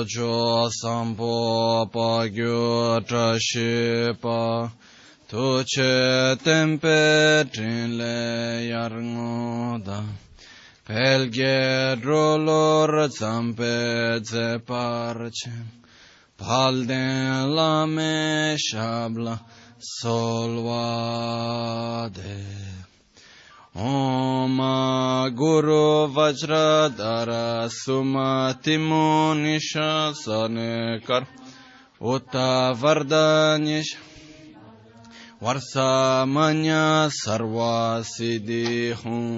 cho sampo pa gyo tra shi pa tu che tempe trin le yar ngoda pelge drolor zampe ze parche palden la me shabla solvade Om Guru Vajradhara Sumati Munisha Sanekar Uta Vardanish Varsamanya Sarva Siddhi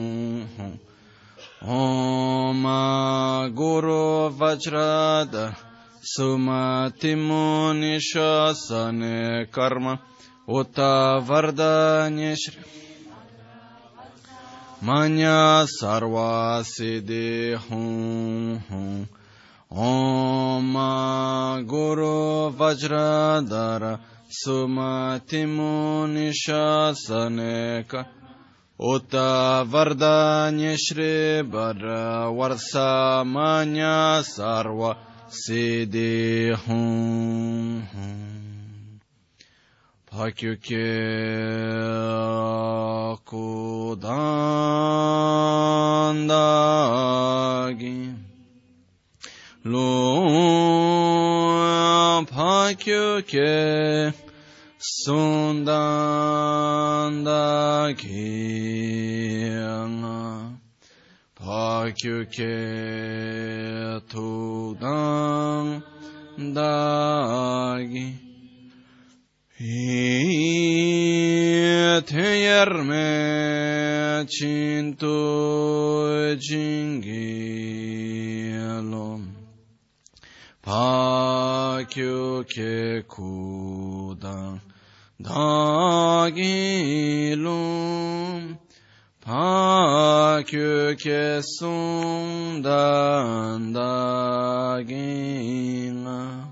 Om Guru Vajradhara Sumati Munisha Sanekarma Uta Vardanish Manya sarva siddhi Om Guru Vajradhara Sumati Munisha Saneka Uta Vardanya Shri Bhadra Varsa Manya sarva siddhi Pakyuke kudandagi lo pakyuke sundandagi pakyuke tudandagi Teyerme cinto jingilom Pakyo ke kudan dagilom Pakyo ke sundan dagilom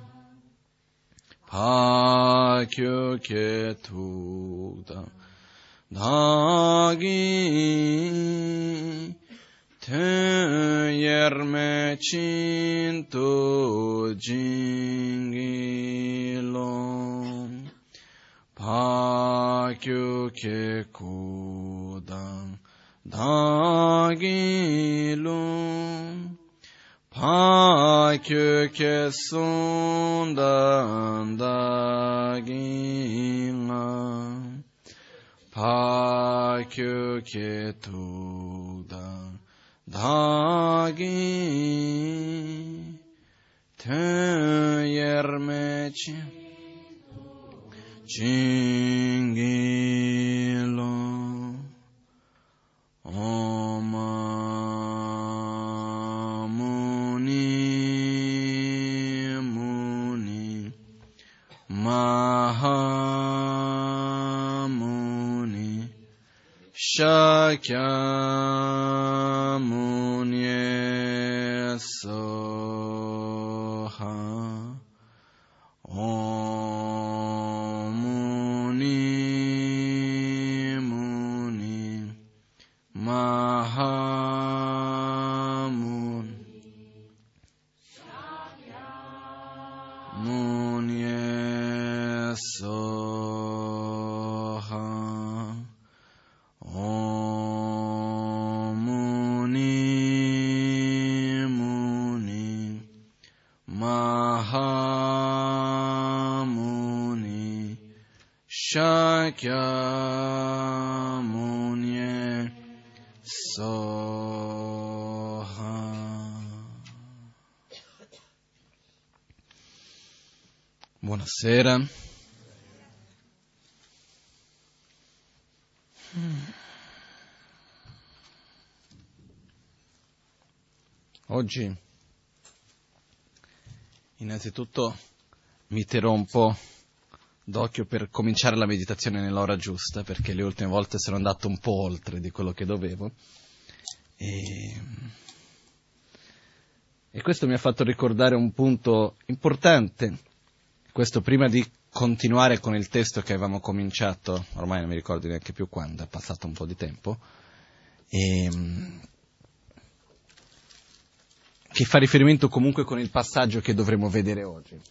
Pakyo ke tuda dagi teyerme cinto jingilom Pakyo ke kuda dagilom Pakyo ke sundan dagila Pakyo ke tuda dagi teyerme jingilo Om Mahamuni Shakyamuni Soha Om Muni Mahamuni Soha Om Muni Mahamuni Shakyamuni Soha. Buonasera. Oggi innanzitutto mi terrò un po' d'occhio per cominciare la meditazione nell'ora giusta, perché le ultime volte sono andato un po' oltre di quello che dovevo e questo mi ha fatto ricordare un punto importante, questo prima di continuare con il testo che avevamo cominciato, ormai non mi ricordo neanche più quando, è passato un po' di tempo, che che fa riferimento comunque con il passaggio che dovremo vedere oggi.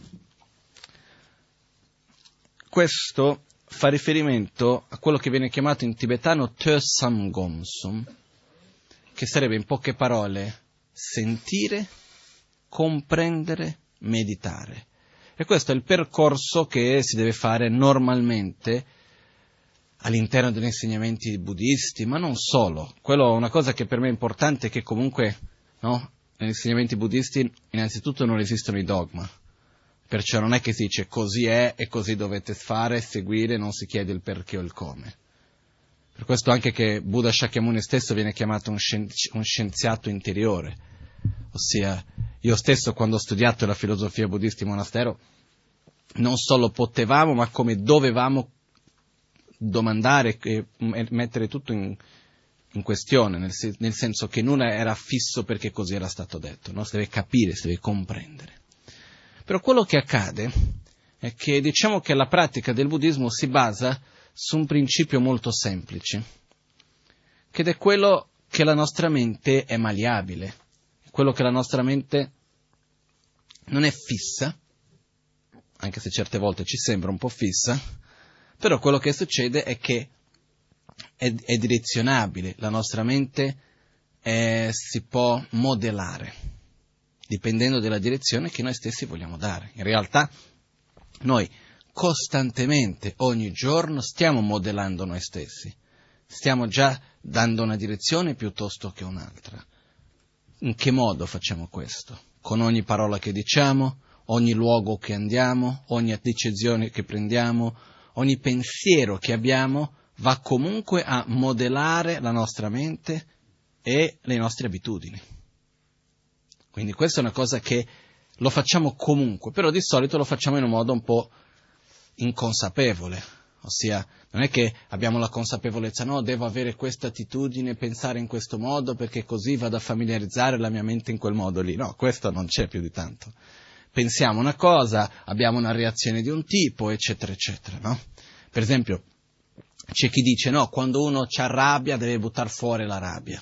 Questo fa riferimento a quello che viene chiamato in tibetano Tösamgomsum, che sarebbe in poche parole sentire, comprendere, meditare. E questo è il percorso che si deve fare normalmente all'interno degli insegnamenti buddisti, ma non solo. Quello è una cosa che per me è importante, che comunque, no, negli insegnamenti buddisti innanzitutto non esistono i dogma. Perciò non è che si dice così è e così dovete fare, seguire, non si chiede il perché o il come. Per questo anche che Buddha Shakyamuni stesso viene chiamato un scienziato interiore. Ossia, io stesso quando ho studiato la filosofia buddista in monastero, non solo potevamo, ma come dovevamo domandare e mettere tutto in questione, nel senso che nulla era fisso perché così era stato detto, no? Si deve capire, si deve comprendere. Però quello che accade è che diciamo che la pratica del buddismo si basa su un principio molto semplice, che è quello che la nostra mente è malleabile, quello che la nostra mente non è fissa, anche se certe volte ci sembra un po' fissa, però quello che succede è che è direzionabile, la nostra mente si può modellare, dipendendo dalla direzione che noi stessi vogliamo dare. In realtà noi costantemente, ogni giorno, stiamo modellando noi stessi, stiamo già dando una direzione piuttosto che un'altra. In che modo facciamo questo? Con ogni parola che diciamo, ogni luogo che andiamo, ogni decisione che prendiamo, ogni pensiero che abbiamo va comunque a modellare la nostra mente e le nostre abitudini. Quindi questa è una cosa che lo facciamo comunque, però di solito lo facciamo in un modo un po' inconsapevole, ossia non è che abbiamo la consapevolezza, no, devo avere questa attitudine, pensare in questo modo perché così vado a familiarizzare la mia mente in quel modo lì, no, questo non c'è più di tanto. Pensiamo una cosa, abbiamo una reazione di un tipo, eccetera, eccetera, no? Per esempio, c'è chi dice, no, quando uno c'ha rabbia deve buttare fuori la rabbia.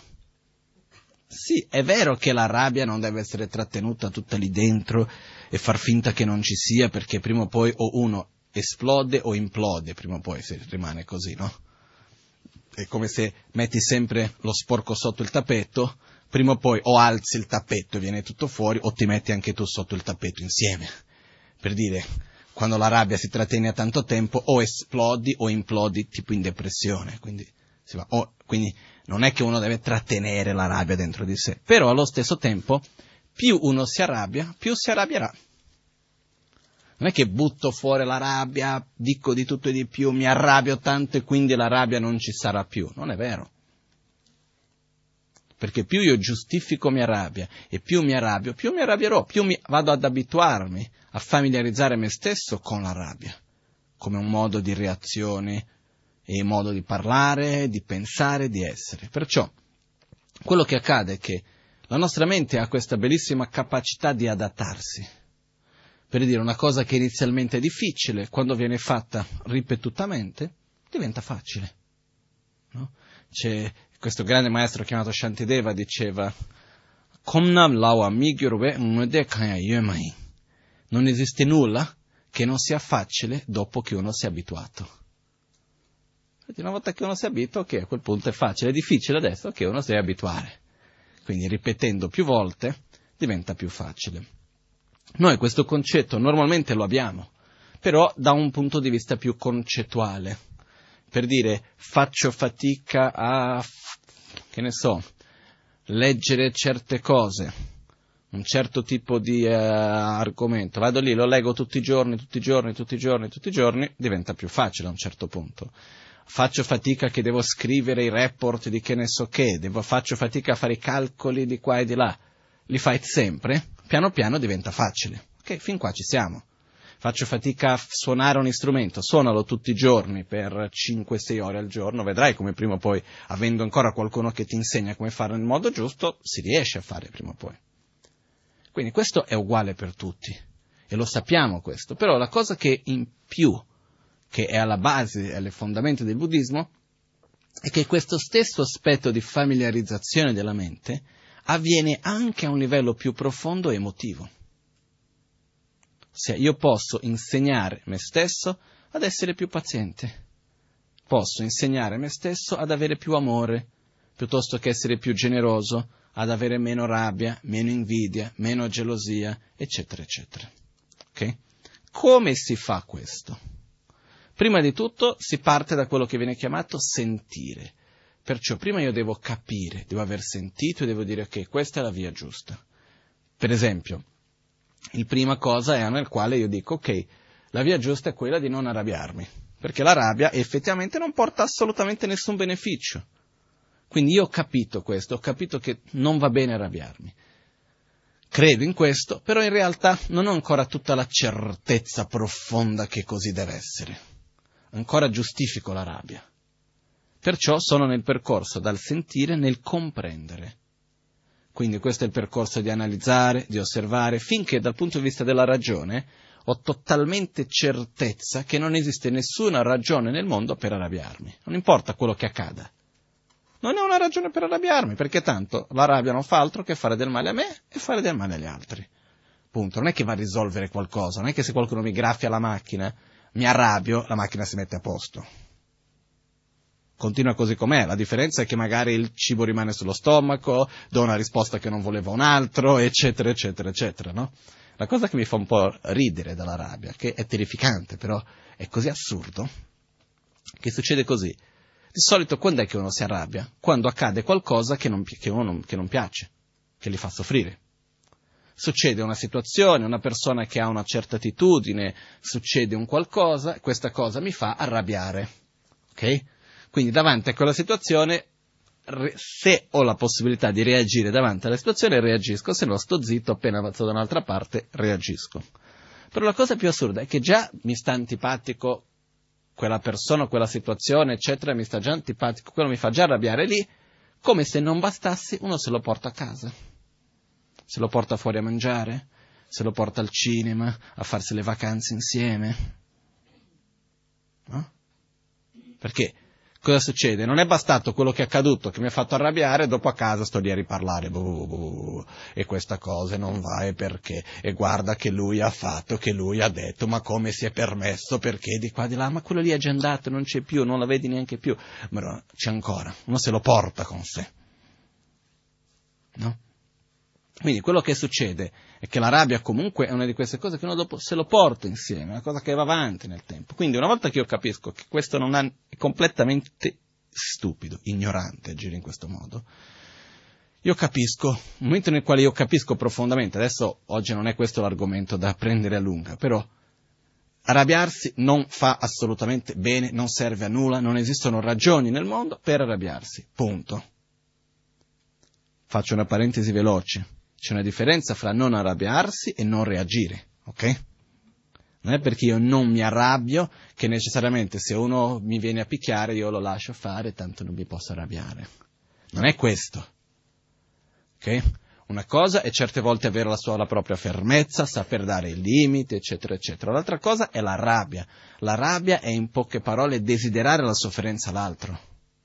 Sì, è vero che la rabbia non deve essere trattenuta tutta lì dentro e far finta che non ci sia, perché prima o poi o uno esplode o implode, prima o poi se rimane così, no? È come se metti sempre lo sporco sotto il tappeto, prima o poi o alzi il tappeto e viene tutto fuori, o ti metti anche tu sotto il tappeto insieme. Per dire, quando la rabbia si trattiene a tanto tempo, o esplodi o implodi tipo in depressione, quindi quindi non è che uno deve trattenere la rabbia dentro di sé, però allo stesso tempo più uno si arrabbia, più si arrabbierà. Non è che butto fuori la rabbia, dico di tutto e di più, mi arrabbio tanto e quindi la rabbia non ci sarà più. Non è vero. Perché più io giustifico mia rabbia e più mi arrabbierò, più vado ad abituarmi a familiarizzare me stesso con la rabbia, come un modo di reazione e modo di parlare, di pensare, di essere. Perciò, quello che accade è che la nostra mente ha questa bellissima capacità di adattarsi. Per dire, una cosa che inizialmente è difficile, quando viene fatta ripetutamente, diventa facile. No? C'è questo grande maestro chiamato Shantideva, diceva, non esiste nulla che non sia facile dopo che uno si è abituato. Una volta che uno si abitua, ok, a quel punto è facile, è difficile adesso che uno si deve abituare. Quindi ripetendo più volte diventa più facile. Noi questo concetto normalmente lo abbiamo, però da un punto di vista più concettuale. Per dire, faccio fatica a, leggere certe cose, un certo tipo di argomento. Vado lì, lo leggo tutti i giorni, diventa più facile a un certo punto. Faccio fatica che devo scrivere i report di che ne so che, faccio fatica a fare i calcoli di qua e di là. Li fai sempre, piano piano diventa facile. Ok, fin qua ci siamo. Faccio fatica a suonare un strumento, suonalo tutti i giorni per 5-6 ore al giorno, vedrai come prima o poi, avendo ancora qualcuno che ti insegna come farlo nel modo giusto, si riesce a fare prima o poi. Quindi questo è uguale per tutti, e lo sappiamo questo, però la cosa che in più, che è alla base, alle fondamenta del buddismo, è che questo stesso aspetto di familiarizzazione della mente avviene anche a un livello più profondo e emotivo. Io posso insegnare me stesso ad essere più paziente, posso insegnare me stesso ad avere più amore, piuttosto che essere più generoso, ad avere meno rabbia, meno invidia, meno gelosia, eccetera, eccetera. Ok? Come si fa questo? Prima di tutto si parte da quello che viene chiamato sentire. Perciò prima io devo capire, devo aver sentito e devo dire ok, questa è la via giusta. Per esempio, la prima cosa è nel quale io dico ok, la via giusta è quella di non arrabbiarmi, perché la rabbia effettivamente non porta assolutamente nessun beneficio. Quindi io ho capito questo, ho capito che non va bene arrabbiarmi. Credo in questo, però in realtà non ho ancora tutta la certezza profonda che così deve essere. Ancora giustifico la rabbia. Perciò sono nel percorso dal sentire nel comprendere. Quindi questo è il percorso di analizzare, di osservare, finché dal punto di vista della ragione ho totalmente certezza che non esiste nessuna ragione nel mondo per arrabbiarmi. Non importa quello che accada. Non ho una ragione per arrabbiarmi, perché tanto la rabbia non fa altro che fare del male a me e fare del male agli altri. Punto. Non è che va a risolvere qualcosa, non è che se qualcuno mi graffia la macchina, mi arrabbio, la macchina si mette a posto. Continua così com'è, la differenza è che magari il cibo rimane sullo stomaco, do una risposta che non voleva un altro, eccetera, eccetera, eccetera, no? La cosa che mi fa un po' ridere dalla rabbia, che è terrificante, però è così assurdo, che succede così. Di solito quando è che uno si arrabbia? Quando accade qualcosa che non piace, che li fa soffrire. Succede una situazione, una persona che ha una certa attitudine, succede un qualcosa, questa cosa mi fa arrabbiare. Ok? Quindi davanti a quella situazione, se ho la possibilità di reagire davanti alla situazione, reagisco, se no sto zitto, appena vado da un'altra parte, reagisco. Però la cosa più assurda è che già mi sta antipatico quella persona, quella situazione, eccetera, mi sta già antipatico, quello mi fa già arrabbiare lì, come se non bastasse, uno se lo porta a casa, se lo porta fuori a mangiare, se lo porta al cinema, a farsi le vacanze insieme. No? Perché cosa succede? Non è bastato quello che è accaduto, che mi ha fatto arrabbiare, dopo a casa sto lì a riparlare, e questa cosa non va, e perché, e guarda che lui ha fatto, che lui ha detto, ma come si è permesso, perché di qua di là, ma quello lì è già andato, non c'è più, non la vedi neanche più, ma c'è ancora, uno se lo porta con sé, no? Quindi quello che succede è che la rabbia comunque è una di queste cose che uno dopo se lo porta insieme, è una cosa che va avanti nel tempo. Quindi una volta che io capisco che questo è completamente stupido, ignorante agire in questo modo, io capisco, nel momento nel quale io capisco profondamente, adesso oggi non è questo l'argomento da prendere a lunga, però arrabbiarsi non fa assolutamente bene, non serve a nulla, non esistono ragioni nel mondo per arrabbiarsi, punto. Faccio una parentesi veloce. C'è una differenza fra non arrabbiarsi e non reagire, ok? Non è perché io non mi arrabbio che necessariamente se uno mi viene a picchiare io lo lascio fare, tanto non mi posso arrabbiare. Non è questo, ok? Una cosa è certe volte avere la propria fermezza, saper dare il limite, eccetera, eccetera. L'altra cosa è la rabbia. La rabbia è, in poche parole, desiderare la sofferenza all'altro,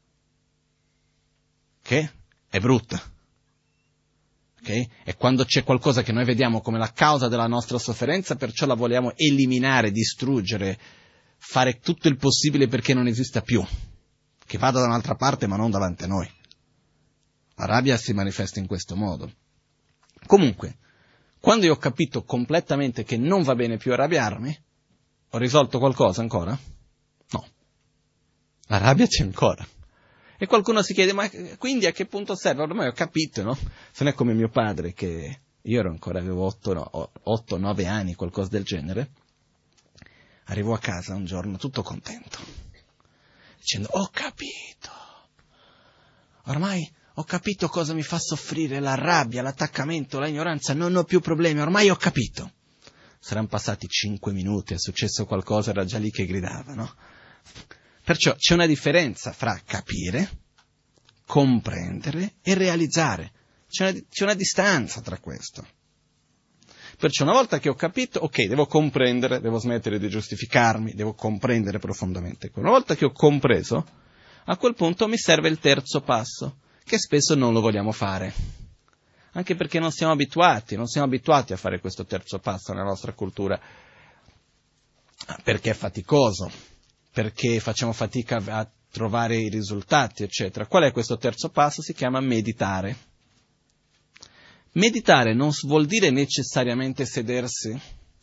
che è brutta. Okay? E quando c'è qualcosa che noi vediamo come la causa della nostra sofferenza, perciò la vogliamo eliminare, distruggere, fare tutto il possibile perché non esista più, che vada da un'altra parte ma non davanti a noi. La rabbia si manifesta in questo modo. Comunque, quando io ho capito completamente che non va bene più arrabbiarmi, ho risolto qualcosa ancora? No. La rabbia c'è ancora. E qualcuno si chiede, ma quindi a che punto serve? Ormai ho capito, no? Se non è come mio padre, che io avevo 8-9 anni, qualcosa del genere, arrivò a casa un giorno tutto contento, dicendo, ho capito, ormai ho capito cosa mi fa soffrire la rabbia, l'attaccamento, la ignoranza, non ho più problemi, ormai ho capito. Saranno passati 5 minuti, è successo qualcosa, era già lì che gridava, no? Perciò c'è una differenza fra capire, comprendere e realizzare. C'è una distanza tra questo. Perciò una volta che ho capito, ok, devo comprendere, devo smettere di giustificarmi, devo comprendere profondamente. Una volta che ho compreso, a quel punto mi serve il terzo passo, che spesso non lo vogliamo fare. anche perché non siamo abituati a fare questo terzo passo nella nostra cultura, perché è faticoso, perché facciamo fatica a trovare i risultati, eccetera. Qual è questo terzo passo? Si chiama meditare. Meditare non vuol dire necessariamente sedersi,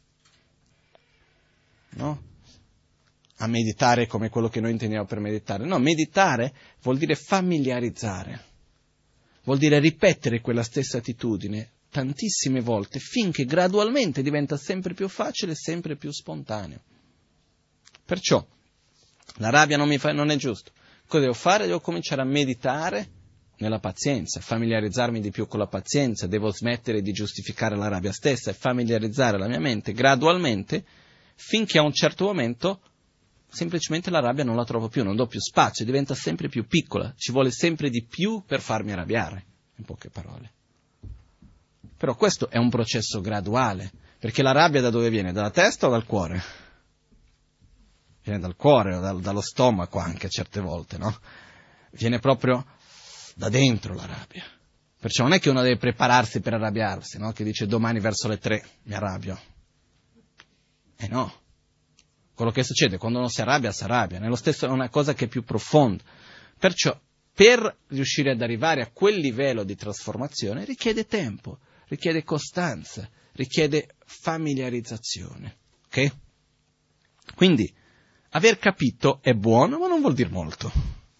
no? A meditare come quello che noi intendiamo per meditare. No, meditare vuol dire familiarizzare, vuol dire ripetere quella stessa attitudine tantissime volte finché gradualmente diventa sempre più facile e sempre più spontaneo. Perciò la rabbia non è giusto. Cosa devo fare? Devo cominciare a meditare nella pazienza, familiarizzarmi di più con la pazienza, devo smettere di giustificare la rabbia stessa e familiarizzare la mia mente gradualmente finché a un certo momento semplicemente la rabbia non la trovo più, non do più spazio, diventa sempre più piccola, ci vuole sempre di più per farmi arrabbiare, in poche parole. Però questo è un processo graduale, perché la rabbia da dove viene? Dalla testa o dal cuore? Viene dal cuore o dallo stomaco anche certe volte, no? Viene proprio da dentro la rabbia. Perciò non è che uno deve prepararsi per arrabbiarsi, no? Che dice domani verso le 3 mi arrabbio. No. Quello che succede quando uno si arrabbia. Nello stesso è una cosa che è più profonda. Perciò, per riuscire ad arrivare a quel livello di trasformazione, richiede tempo, richiede costanza, richiede familiarizzazione. Ok? Quindi, aver capito è buono, ma non vuol dire molto.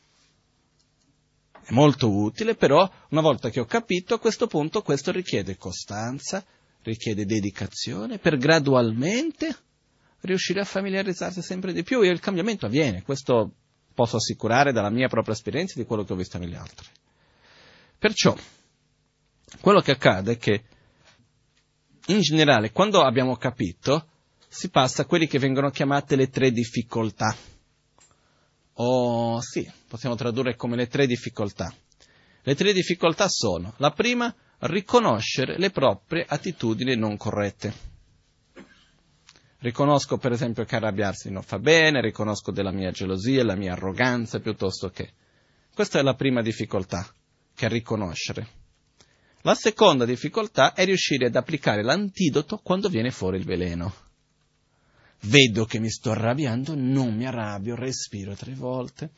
È molto utile, però, una volta che ho capito, a questo punto, questo richiede costanza, richiede dedicazione, per gradualmente riuscire a familiarizzarsi sempre di più e il cambiamento avviene, questo posso assicurare dalla mia propria esperienza e di quello che ho visto negli altri. Perciò, quello che accade è che, in generale, quando abbiamo capito, si passa a quelli che vengono chiamate le 3 difficoltà. Sì, possiamo tradurre come le 3 difficoltà. Le 3 difficoltà sono, la prima, riconoscere le proprie attitudini non corrette. Riconosco per esempio che arrabbiarsi non fa bene, riconosco della mia gelosia, la mia arroganza, piuttosto che. Questa è la prima difficoltà, che è riconoscere. La seconda difficoltà è riuscire ad applicare l'antidoto quando viene fuori il veleno. Vedo che mi sto arrabbiando, non mi arrabbio, respiro 3 volte.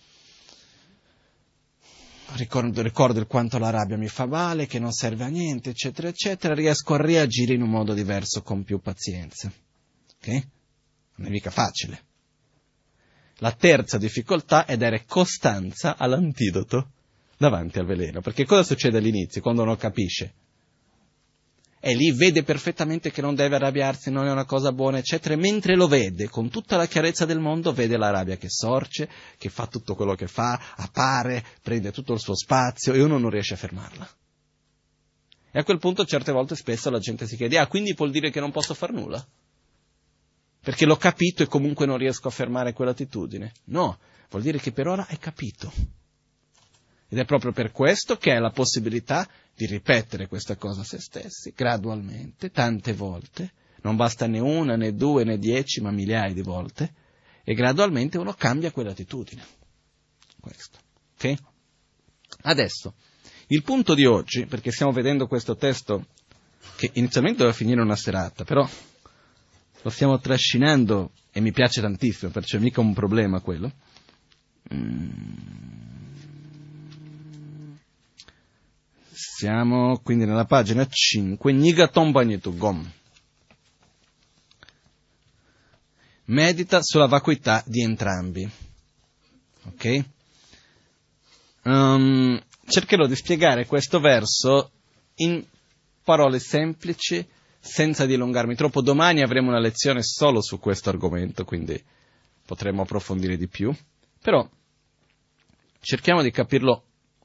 Ricordo il quanto la rabbia mi fa male, che non serve a niente, eccetera, eccetera. Riesco a reagire in un modo diverso, con più pazienza. Ok? Non è mica facile. La terza difficoltà è dare costanza all'antidoto davanti al veleno. Perché cosa succede all'inizio, quando uno capisce? E lì vede perfettamente che non deve arrabbiarsi, non è una cosa buona, eccetera, e mentre lo vede, con tutta la chiarezza del mondo, vede la rabbia che sorge, che fa tutto quello che fa, appare, prende tutto il suo spazio, e uno non riesce a fermarla. E a quel punto, certe volte, spesso la gente si chiede, quindi vuol dire che non posso far nulla? Perché l'ho capito e comunque non riesco a fermare quell'attitudine. No, vuol dire che per ora hai capito. Ed è proprio per questo che hai la possibilità di ripetere questa cosa a se stessi, gradualmente, tante volte. Non basta né 1, né 2, né 10, ma migliaia di volte. E gradualmente uno cambia quell'attitudine. Questo. Ok? Adesso, il punto di oggi, perché stiamo vedendo questo testo che inizialmente doveva finire una serata, però lo stiamo trascinando e mi piace tantissimo, perciò è mica un problema quello. Siamo quindi nella pagina 5, Nigatombanyitu Gom. Medita sulla vacuità di entrambi. Ok? Cercherò di spiegare questo verso in parole semplici, senza dilungarmi troppo. Domani avremo una lezione solo su questo argomento, quindi potremo approfondire di più. Però cerchiamo di capirlo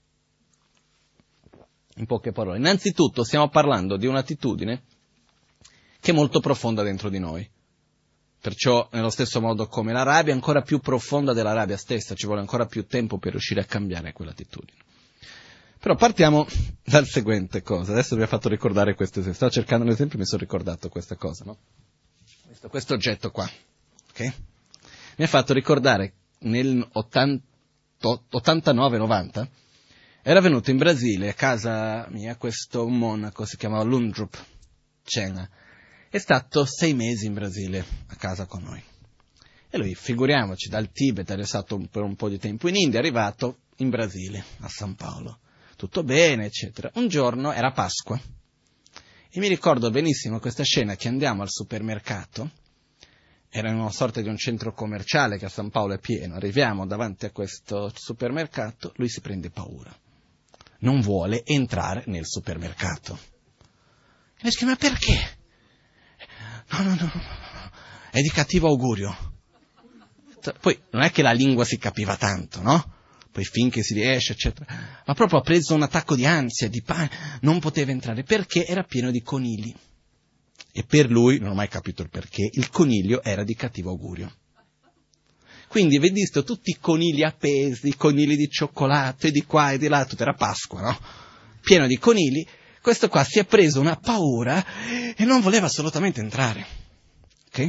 in poche parole. Innanzitutto stiamo parlando di un'attitudine che è molto profonda dentro di noi. Perciò, nello stesso modo come la rabbia, è ancora più profonda della rabbia stessa, ci vuole ancora più tempo per riuscire a cambiare quell'attitudine. Però partiamo dal seguente cosa. Adesso mi ha fatto ricordare questo esempio. Stavo cercando un esempio e mi sono ricordato questa cosa, no? Questo oggetto qua, ok? Mi ha fatto ricordare nel 89-90 Era venuto in Brasile, a casa mia, questo monaco, si chiamava Lundrup Cena. È stato 6 mesi in Brasile, a casa con noi. E lui, figuriamoci, dal Tibet, era stato per un po' di tempo in India, è arrivato in Brasile, a San Paolo. Tutto bene, eccetera. Un giorno era Pasqua. E mi ricordo benissimo questa scena che andiamo al supermercato, era in una sorta di un centro commerciale che a San Paolo è pieno, arriviamo davanti a questo supermercato, lui si prende paura, non vuole entrare nel supermercato. E mi scrive, ma perché? No, è di cattivo augurio. Poi non è che la lingua si capiva tanto, no? Poi finché si riesce, eccetera. Ma proprio ha preso un attacco di ansia, di panico, non poteva entrare perché era pieno di conigli. E per lui, non ho mai capito il perché, il coniglio era di cattivo augurio. Quindi vi visto tutti i conigli appesi, i conigli di cioccolato e di qua e di là, tutto era Pasqua, no? Pieno di conigli, questo qua si è preso una paura e non voleva assolutamente entrare. Ok?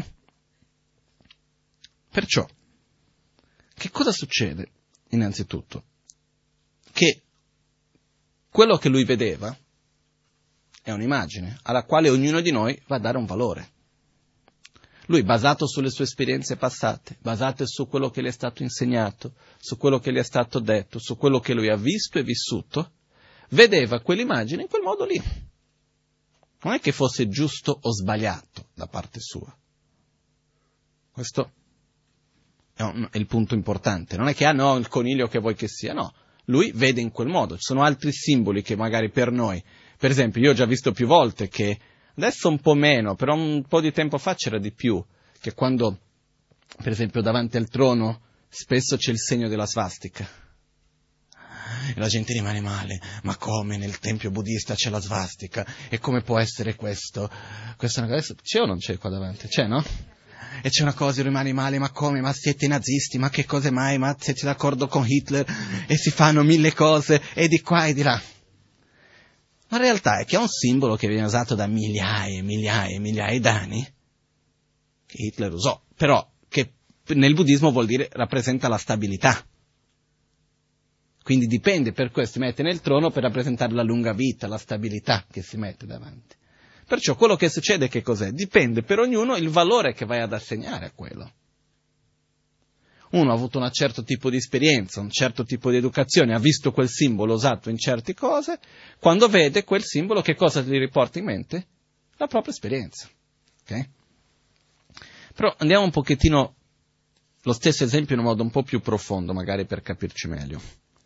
Perciò, che cosa succede? Innanzitutto, che quello che lui vedeva è un'immagine alla quale ognuno di noi va a dare un valore. Lui, basato sulle sue esperienze passate, basate su quello che gli è stato insegnato, su quello che gli è stato detto, su quello che lui ha visto e vissuto, vedeva quell'immagine in quel modo lì. Non è che fosse giusto o sbagliato da parte sua. Questo è il punto importante. Non è che, il coniglio che vuoi che sia, no. Lui vede in quel modo. Ci sono altri simboli che magari per noi, per esempio, io ho già visto più volte che, adesso un po' meno, però un po' di tempo fa c'era di più, che quando, per esempio, davanti al trono, spesso c'è il segno della svastica. E la gente rimane male, ma come nel tempio buddista c'è la svastica? E come può essere questo? Questa è una cosa, c'è o non c'è qua davanti? C'è, no? E c'è una cosa, rimane male, ma come? Ma siete nazisti? Ma che cose mai? Ma siete d'accordo con Hitler? E si fanno 1000 cose, e di qua e di là. La realtà è che è un simbolo che viene usato da migliaia e migliaia d'anni, che Hitler usò, però che nel buddismo vuol dire rappresenta la stabilità. Quindi dipende, per questo si mette nel trono per rappresentare la lunga vita, la stabilità che si mette davanti. Perciò quello che succede che cos'è? Dipende per ognuno il valore che vai ad assegnare a quello. Uno ha avuto un certo tipo di esperienza, un certo tipo di educazione, ha visto quel simbolo usato in certe cose, quando vede quel simbolo che cosa gli riporta in mente? La propria esperienza. Okay? Però andiamo un pochettino, lo stesso esempio in un modo un po' più profondo, magari per capirci meglio.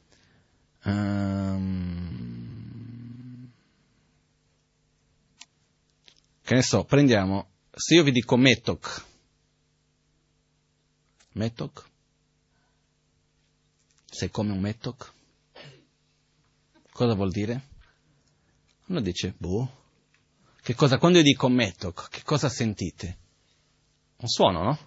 Che ne so, prendiamo, se io vi dico metok, sei come un metok, cosa vuol dire? Uno dice, che cosa, quando io dico metok, che cosa sentite? Un suono, no?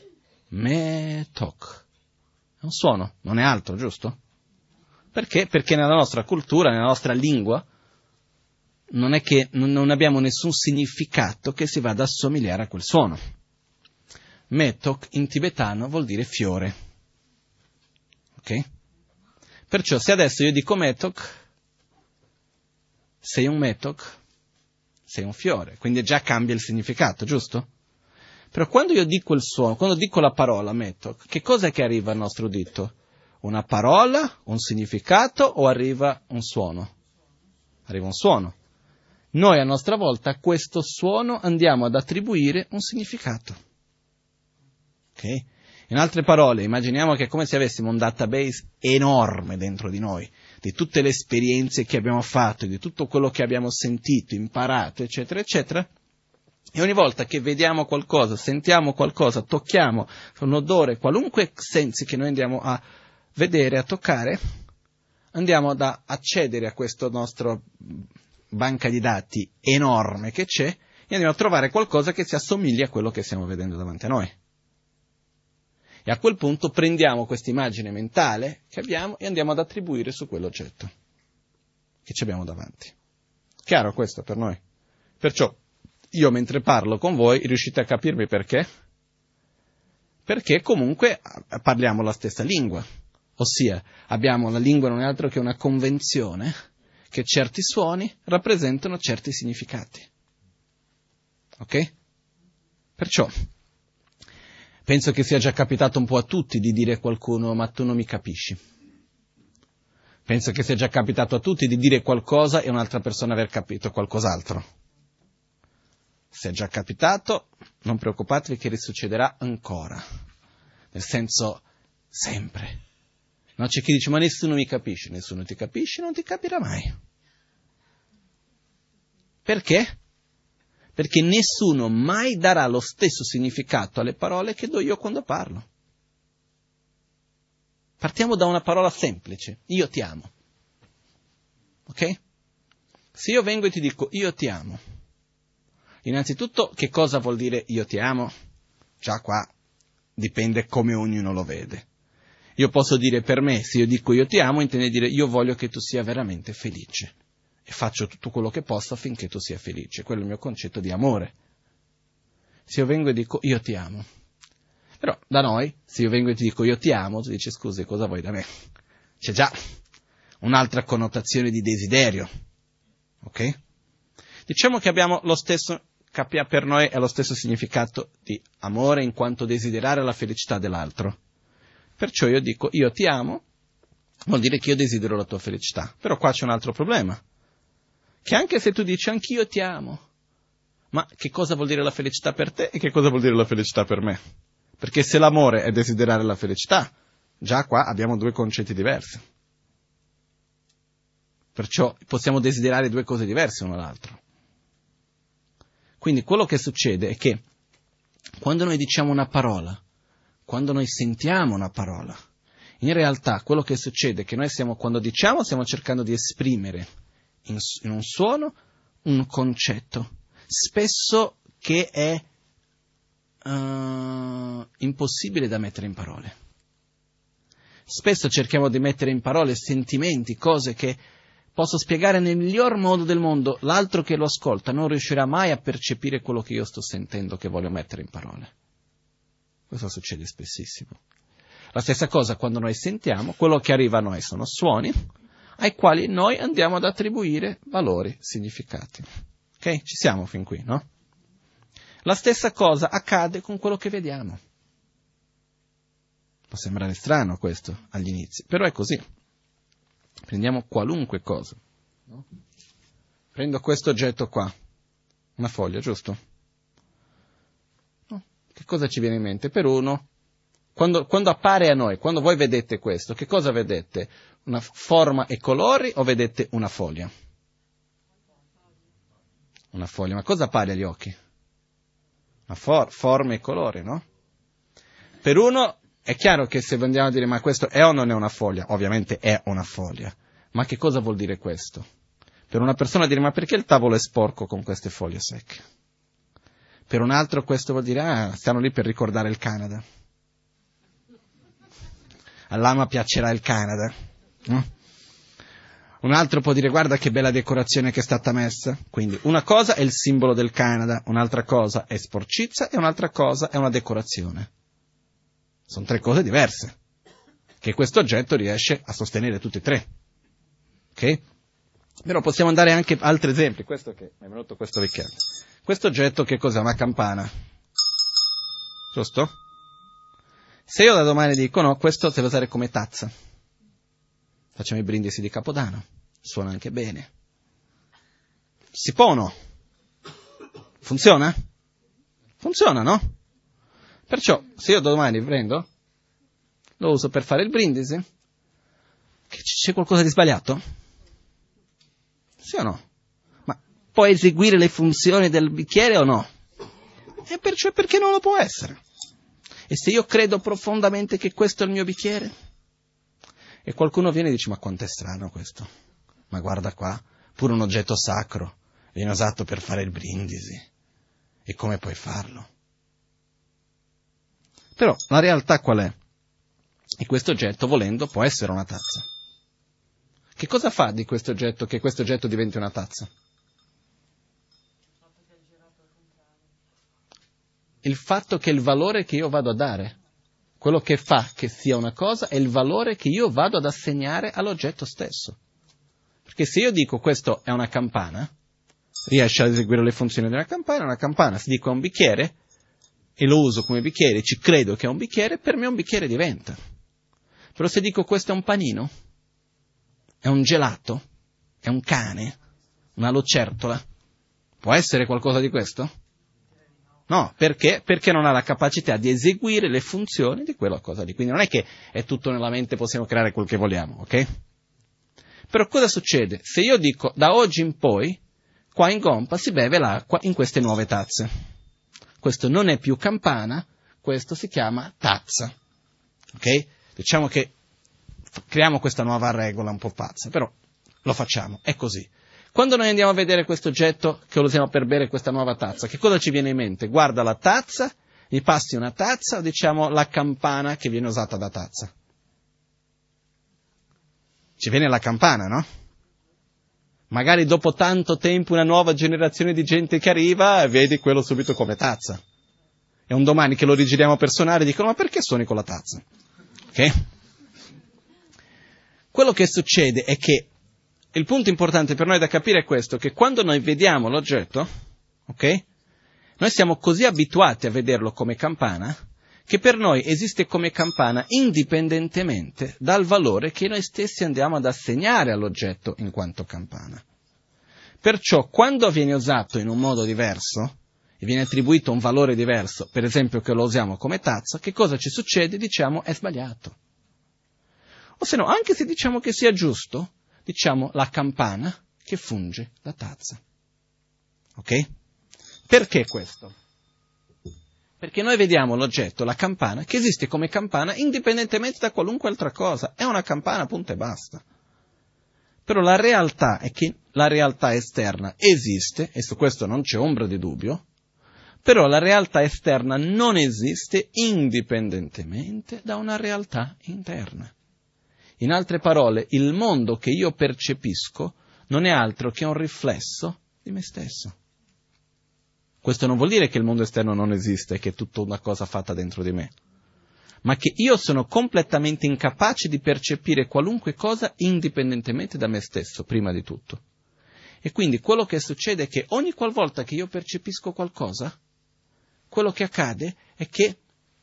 Metok, è un suono, non è altro, giusto? Perché? Perché nella nostra cultura, nella nostra lingua, non è che non abbiamo nessun significato che si vada ad assomigliare a quel suono. Metok in tibetano vuol dire fiore. Ok? Perciò se adesso io dico metok, sei un metok, sei un fiore, quindi già cambia il significato, giusto? Però quando io dico il suono, quando dico la parola metok, che cosa è che arriva al nostro udito? Una parola, un significato o arriva un suono? Arriva un suono. Noi a nostra volta a questo suono andiamo ad attribuire un significato. Ok? In altre parole, immaginiamo che è come se avessimo un database enorme dentro di noi, di tutte le esperienze che abbiamo fatto, di tutto quello che abbiamo sentito, imparato, eccetera, eccetera, e ogni volta che vediamo qualcosa, sentiamo qualcosa, tocchiamo un odore, qualunque sensi che noi andiamo a vedere, a toccare, andiamo ad accedere a questo nostro banca di dati enorme che c'è e andiamo a trovare qualcosa che si assomiglia a quello che stiamo vedendo davanti a noi. E a quel punto prendiamo questa immagine mentale che abbiamo e andiamo ad attribuire su quell'oggetto che ci abbiamo davanti. Chiaro questo per noi? Perciò io mentre parlo con voi riuscite a capirmi perché? Perché comunque parliamo la stessa lingua. Ossia, abbiamo la lingua non è altro che una convenzione che certi suoni rappresentano certi significati. Ok? Perciò, penso che sia già capitato un po' a tutti di dire a qualcuno, ma tu non mi capisci. Penso che sia già capitato a tutti di dire qualcosa e un'altra persona aver capito qualcos'altro. Se è già capitato, non preoccupatevi che risuccederà ancora. Nel senso, sempre. No, c'è chi dice, ma nessuno mi capisce. Nessuno ti capisce, non ti capirà mai. Perché? Perché nessuno mai darà lo stesso significato alle parole che do io quando parlo. Partiamo da una parola semplice, io ti amo. Ok? Se io vengo e ti dico io ti amo, innanzitutto che cosa vuol dire io ti amo? Già qua dipende come ognuno lo vede. Io posso dire per me, se io dico io ti amo, intende dire io voglio che tu sia veramente felice. E faccio tutto quello che posso affinché tu sia felice. Quello è il mio concetto di amore. Se io vengo e dico io ti amo. Però da noi, se io vengo e ti dico io ti amo, tu dici scusi, cosa vuoi da me? C'è già un'altra connotazione di desiderio. Ok? Diciamo che abbiamo lo stesso, per noi è lo stesso significato di amore in quanto desiderare la felicità dell'altro. Perciò io dico io ti amo, vuol dire che io desidero la tua felicità. Però qua c'è un altro problema. Che anche se tu dici anch'io ti amo, ma che cosa vuol dire la felicità per te e che cosa vuol dire la felicità per me? Perché se l'amore è desiderare la felicità, già qua abbiamo due concetti diversi. Perciò possiamo desiderare due cose diverse uno dall'altro. Quindi quello che succede è che quando noi diciamo una parola, quando noi sentiamo una parola, in realtà quello che succede è che noi quando diciamo stiamo cercando di esprimere in un suono un concetto, spesso che è impossibile da mettere in parole. Spesso cerchiamo di mettere in parole sentimenti, cose che posso spiegare nel miglior modo del mondo, l'altro che lo ascolta non riuscirà mai a percepire quello che io sto sentendo, che voglio mettere in parole. Questo succede spessissimo. La stessa cosa quando noi sentiamo, quello che arriva a noi sono suoni, ai quali noi andiamo ad attribuire valori, significati. Ok? Ci siamo fin qui, no? La stessa cosa accade con quello che vediamo. Può sembrare strano questo agli inizi, però è così. Prendiamo qualunque cosa. No? Prendo questo oggetto qua, una foglia, giusto? No? Che cosa ci viene in mente? Per uno, quando appare a noi, quando voi vedete questo, che cosa vedete? Una forma e colori o vedete una foglia? Una foglia, ma cosa appare agli occhi? Una forma e colori, no? Per uno è chiaro che se andiamo a dire ma questo è o non è una foglia, ovviamente è una foglia. Ma che cosa vuol dire questo? Per una persona dire ma perché il tavolo è sporco con queste foglie secche? Per un altro questo vuol dire stanno lì per ricordare il Canada. All'ama piacerà il Canada. No? Un altro può dire guarda che bella decorazione che è stata messa. Quindi una cosa è il simbolo del Canada, un'altra cosa è sporcizia e un'altra cosa è una decorazione. Sono tre cose diverse, che questo oggetto riesce a sostenere tutti e tre. Ok? Però possiamo andare anche a altri esempi. Questo che mi è venuto questo vecchietto. Questo oggetto che cos'è? Una campana. Giusto? Se io da domani dico no, questo deve usare come tazza. Facciamo i brindisi di Capodanno. Suona anche bene. Si può o no? Funziona? Funziona, no? Perciò, se io domani prendo, lo uso per fare il brindisi, c'è qualcosa di sbagliato? Sì o no? Ma può eseguire le funzioni del bicchiere o no? E perciò perché non lo può essere? E se io credo profondamente che questo è il mio bicchiere? E qualcuno viene e dice, ma quanto è strano questo? Ma guarda qua, pure un oggetto sacro, viene usato per fare il brindisi. E come puoi farlo? Però la realtà qual è? E questo oggetto, volendo, può essere una tazza. Che cosa fa di questo oggetto che questo oggetto diventi una tazza? Il fatto che il valore che io vado a dare, Quello che fa che sia una cosa è il valore che io vado ad assegnare all'oggetto stesso. Perché se io dico questo è una campana, riesce ad eseguire le funzioni di una campana. Se dico è un bicchiere, e lo uso come bicchiere, ci credo che è un bicchiere, per me un bicchiere diventa. Però se dico questo è un panino, è un gelato, è un cane, una lucertola, può essere qualcosa di questo? No, perché? Perché non ha la capacità di eseguire le funzioni di quella cosa lì. Quindi non è che è tutto nella mente, possiamo creare quel che vogliamo, ok? Però cosa succede? Se io dico da oggi in poi, qua in Gompa si beve l'acqua in queste nuove tazze. Questo non è più campana, questo si chiama tazza. Ok? Diciamo che creiamo questa nuova regola un po' pazza, però lo facciamo, è così. Quando noi andiamo a vedere questo oggetto che lo usiamo per bere questa nuova tazza, che cosa ci viene in mente? Guarda la tazza, mi passi una tazza o diciamo la campana che viene usata da tazza? Ci viene la campana, no? Magari dopo tanto tempo una nuova generazione di gente che arriva e vedi quello subito come tazza. E un domani che lo rigiriamo per suonare dicono ma perché suoni con la tazza? Ok? Quello che succede è che il punto importante per noi da capire è questo, che quando noi vediamo l'oggetto, ok? Noi siamo così abituati a vederlo come campana, che per noi esiste come campana indipendentemente dal valore che noi stessi andiamo ad assegnare all'oggetto in quanto campana. Perciò, quando viene usato in un modo diverso, e viene attribuito un valore diverso, per esempio che lo usiamo come tazza, che cosa ci succede? Diciamo è sbagliato. O se no, anche se diciamo che sia giusto, diciamo la campana che funge la tazza. Ok? Perché questo? Perché noi vediamo l'oggetto, la campana, che esiste come campana indipendentemente da qualunque altra cosa. È una campana, punto e basta. Però la realtà è che la realtà esterna esiste, e su questo non c'è ombra di dubbio, però la realtà esterna non esiste indipendentemente da una realtà interna. In altre parole, il mondo che io percepisco non è altro che un riflesso di me stesso. Questo non vuol dire che il mondo esterno non esiste, che è tutta una cosa fatta dentro di me, ma che io sono completamente incapace di percepire qualunque cosa indipendentemente da me stesso, prima di tutto. E quindi quello che succede è che ogni qualvolta che io percepisco qualcosa, quello che accade è che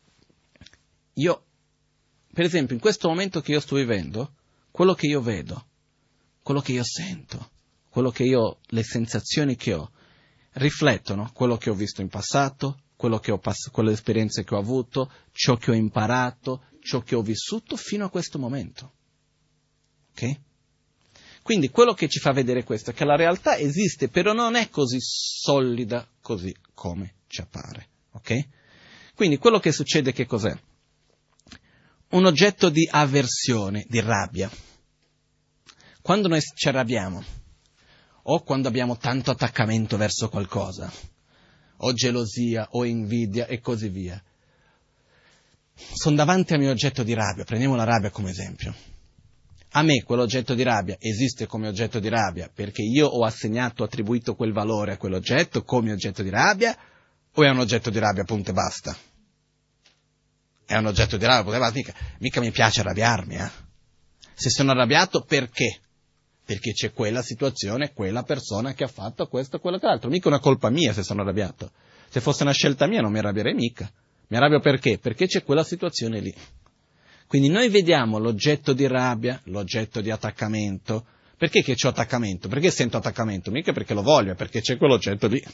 io, per esempio, in questo momento che io sto vivendo, quello che io vedo, quello che io sento, le sensazioni che ho, riflettono quello che ho visto in passato, quelle esperienze che ho avuto, ciò che ho imparato, ciò che ho vissuto fino a questo momento. Ok? Quindi quello che ci fa vedere questo è che la realtà esiste, però non è così solida così come ci appare. Ok? Quindi quello che succede che cos'è? Un oggetto di avversione, di rabbia. Quando noi ci arrabbiamo, o quando abbiamo tanto attaccamento verso qualcosa, o gelosia, o invidia, e così via. Sono davanti al mio oggetto di rabbia, prendiamo la rabbia come esempio. A me quell'oggetto di rabbia esiste come oggetto di rabbia perché io ho attribuito quel valore a quell'oggetto come oggetto di rabbia, o è un oggetto di rabbia, punto e basta? È un oggetto di rabbia, punto e basta, mica mi piace arrabbiarmi, Se sono arrabbiato, perché? Perché c'è quella situazione, quella persona che ha fatto questo, quello che l'altro. Mica una colpa mia se sono arrabbiato. Se fosse una scelta mia non mi arrabbierei mica. Mi arrabbio perché? Perché c'è quella situazione lì. Quindi noi vediamo l'oggetto di rabbia, l'oggetto di attaccamento. Perché che c'ho attaccamento? Perché sento attaccamento? Mica perché lo voglio, perché c'è quell'oggetto lì.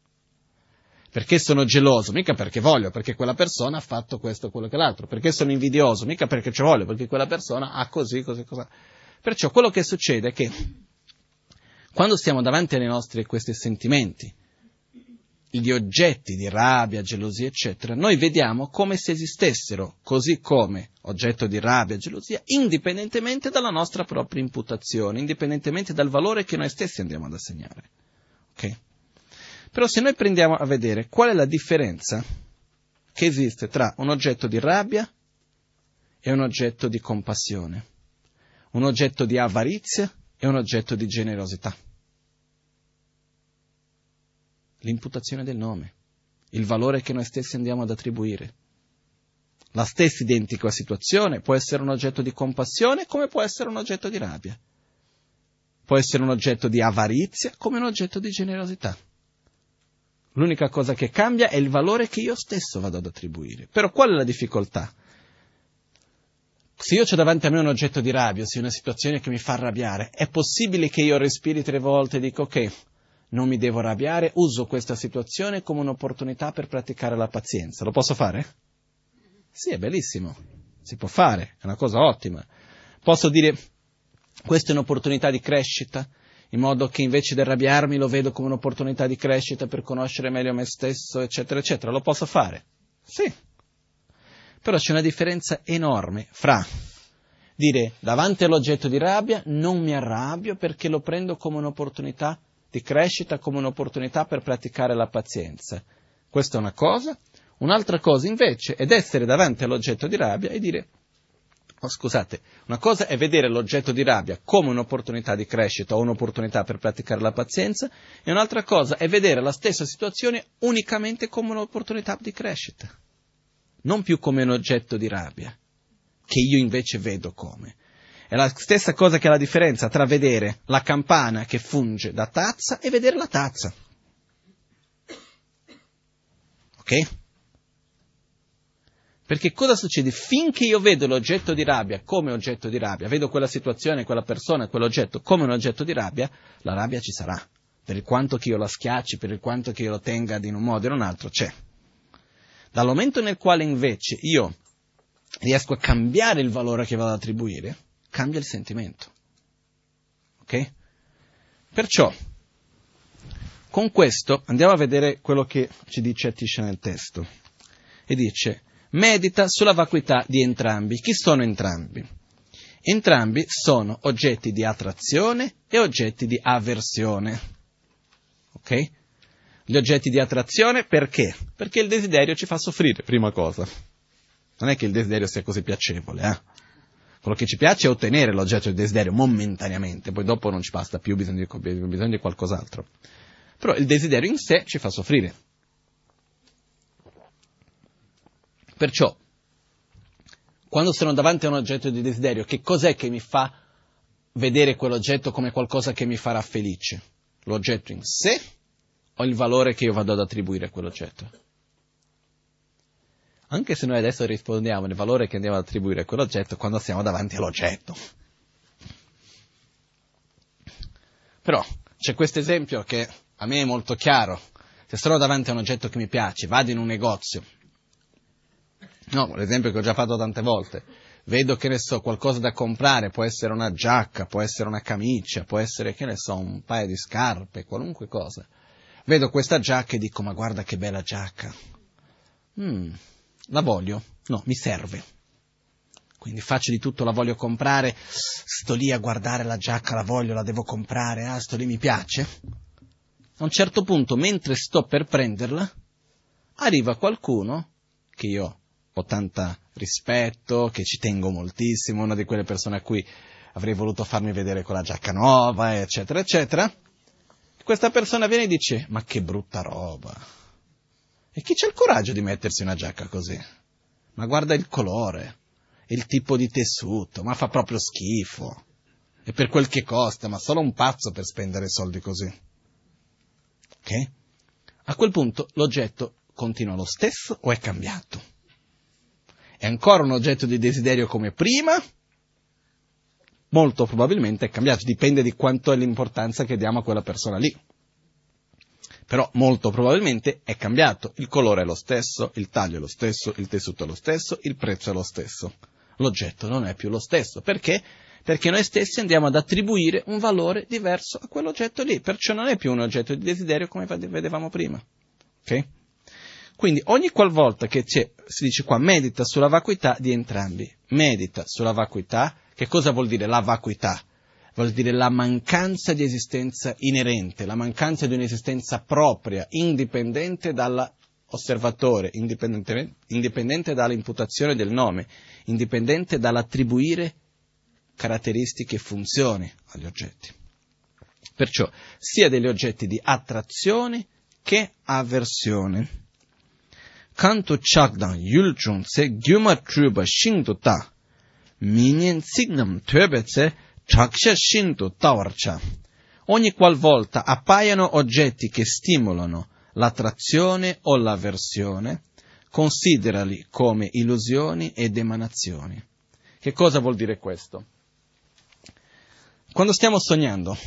Perché sono geloso? Mica perché voglio, perché quella persona ha fatto questo, quello che l'altro. Perché sono invidioso? Mica perché ci voglio, perché quella persona ha così, così, così. Perciò quello che succede è che quando stiamo davanti ai nostri questi sentimenti, gli oggetti di rabbia, gelosia, eccetera, noi vediamo come se esistessero così come oggetto di rabbia, gelosia, indipendentemente dalla nostra propria imputazione, indipendentemente dal valore che noi stessi andiamo ad assegnare. Ok? Però se noi prendiamo a vedere qual è la differenza che esiste tra un oggetto di rabbia e un oggetto di compassione, un oggetto di avarizia e un oggetto di generosità. L'imputazione del nome, il valore che noi stessi andiamo ad attribuire. La stessa identica situazione può essere un oggetto di compassione come può essere un oggetto di rabbia. Può essere un oggetto di avarizia come un oggetto di generosità. L'unica cosa che cambia è il valore che io stesso vado ad attribuire. Però qual è la difficoltà? Se io ho davanti a me un oggetto di rabbia, se una situazione che mi fa arrabbiare, è possibile che io respiri 3 volte e dico ok, non mi devo arrabbiare, uso questa situazione come un'opportunità per praticare la pazienza. Lo posso fare? Sì, è bellissimo. Si può fare, è una cosa ottima. Posso dire, questa è un'opportunità di crescita, in modo che invece di arrabbiarmi lo vedo come un'opportunità di crescita per conoscere meglio me stesso, eccetera, eccetera. Lo posso fare? Sì. Però c'è una differenza enorme fra dire davanti all'oggetto di rabbia non mi arrabbio perché lo prendo come un'opportunità di crescita, come un'opportunità per praticare la pazienza. Questa è una cosa. Un'altra cosa invece è essere davanti all'oggetto di rabbia e dire scusate, una cosa è vedere l'oggetto di rabbia come un'opportunità di crescita o un'opportunità per praticare la pazienza e un'altra cosa è vedere la stessa situazione unicamente come un'opportunità di crescita, non più come un oggetto di rabbia, che io invece vedo come. È la stessa cosa che è la differenza tra vedere la campana che funge da tazza e vedere la tazza. Ok? Perché cosa succede? Finché io vedo l'oggetto di rabbia come oggetto di rabbia, vedo quella situazione, quella persona, quell'oggetto come un oggetto di rabbia, la rabbia ci sarà. Per il quanto che io la schiacci, per il quanto che io lo tenga in un modo o in un altro, c'è. Dal momento nel quale invece io riesco a cambiare il valore che vado ad attribuire, cambia il sentimento. Ok? Perciò, con questo andiamo a vedere quello che ci dice Atisha nel testo. E dice, medita sulla vacuità di entrambi. Chi sono entrambi? Entrambi sono oggetti di attrazione e oggetti di avversione. Ok? Gli oggetti di attrazione perché? Perché il desiderio ci fa soffrire, prima cosa. Non è che il desiderio sia così piacevole, Quello che ci piace è ottenere l'oggetto di desiderio momentaneamente, poi dopo non ci basta più, bisogno di qualcos'altro. Però il desiderio in sé ci fa soffrire. Perciò, quando sono davanti a un oggetto di desiderio, che cos'è che mi fa vedere quell'oggetto come qualcosa che mi farà felice? L'oggetto in sé o il valore che io vado ad attribuire a quell'oggetto? Anche se noi adesso rispondiamo il valore che andiamo ad attribuire a quell'oggetto quando siamo davanti all'oggetto. Però c'è questo esempio che a me è molto chiaro. Se sono davanti a un oggetto che mi piace, vado in un negozio. No, l'esempio che ho già fatto tante volte. Vedo, che ne so, qualcosa da comprare, può essere una giacca, può essere una camicia, può essere, che ne so, un paio di scarpe, qualunque cosa. Vedo questa giacca e dico, ma guarda che bella giacca. La voglio? No, mi serve. Quindi faccio di tutto, la voglio comprare, sto lì a guardare la giacca, la voglio, la devo comprare, sto lì, mi piace. A un certo punto, mentre sto per prenderla, arriva qualcuno che io ho tanto rispetto, che ci tengo moltissimo, una di quelle persone a cui avrei voluto farmi vedere con la giacca nuova, eccetera, eccetera. Questa persona viene e dice, ma che brutta roba. E chi c'ha il coraggio di mettersi una giacca così? Ma guarda il colore, il tipo di tessuto, ma fa proprio schifo. E per quel che costa, ma solo un pazzo per spendere soldi così. Ok? A quel punto l'oggetto continua lo stesso o è cambiato? È ancora un oggetto di desiderio come prima? Molto probabilmente è cambiato, dipende di quanto è l'importanza che diamo a quella persona lì. Però molto probabilmente è cambiato, il colore è lo stesso, il taglio è lo stesso, il tessuto è lo stesso, il prezzo è lo stesso. L'oggetto non è più lo stesso. Perché? Perché noi stessi andiamo ad attribuire un valore diverso a quell'oggetto lì, perciò non è più un oggetto di desiderio come vedevamo prima. Ok? Quindi ogni qualvolta che si dice qua, medita sulla vacuità di entrambi. Medita sulla vacuità, che cosa vuol dire la vacuità? Vuol dire la mancanza di esistenza inerente, la mancanza di un'esistenza propria, indipendente dall'osservatore, indipendente dall'imputazione del nome, indipendente dall'attribuire caratteristiche e funzioni agli oggetti. Perciò, sia degli oggetti di attrazione che avversione. kanto chakdan yulchung se gyuma truba shingdo ta, minyen signam töbeze chaksha shinto tawarcha. Ogni qualvolta appaiono oggetti che stimolano l'attrazione o l'avversione, considerali come illusioni ed emanazioni. Che cosa vuol dire questo? Quando stiamo sognando,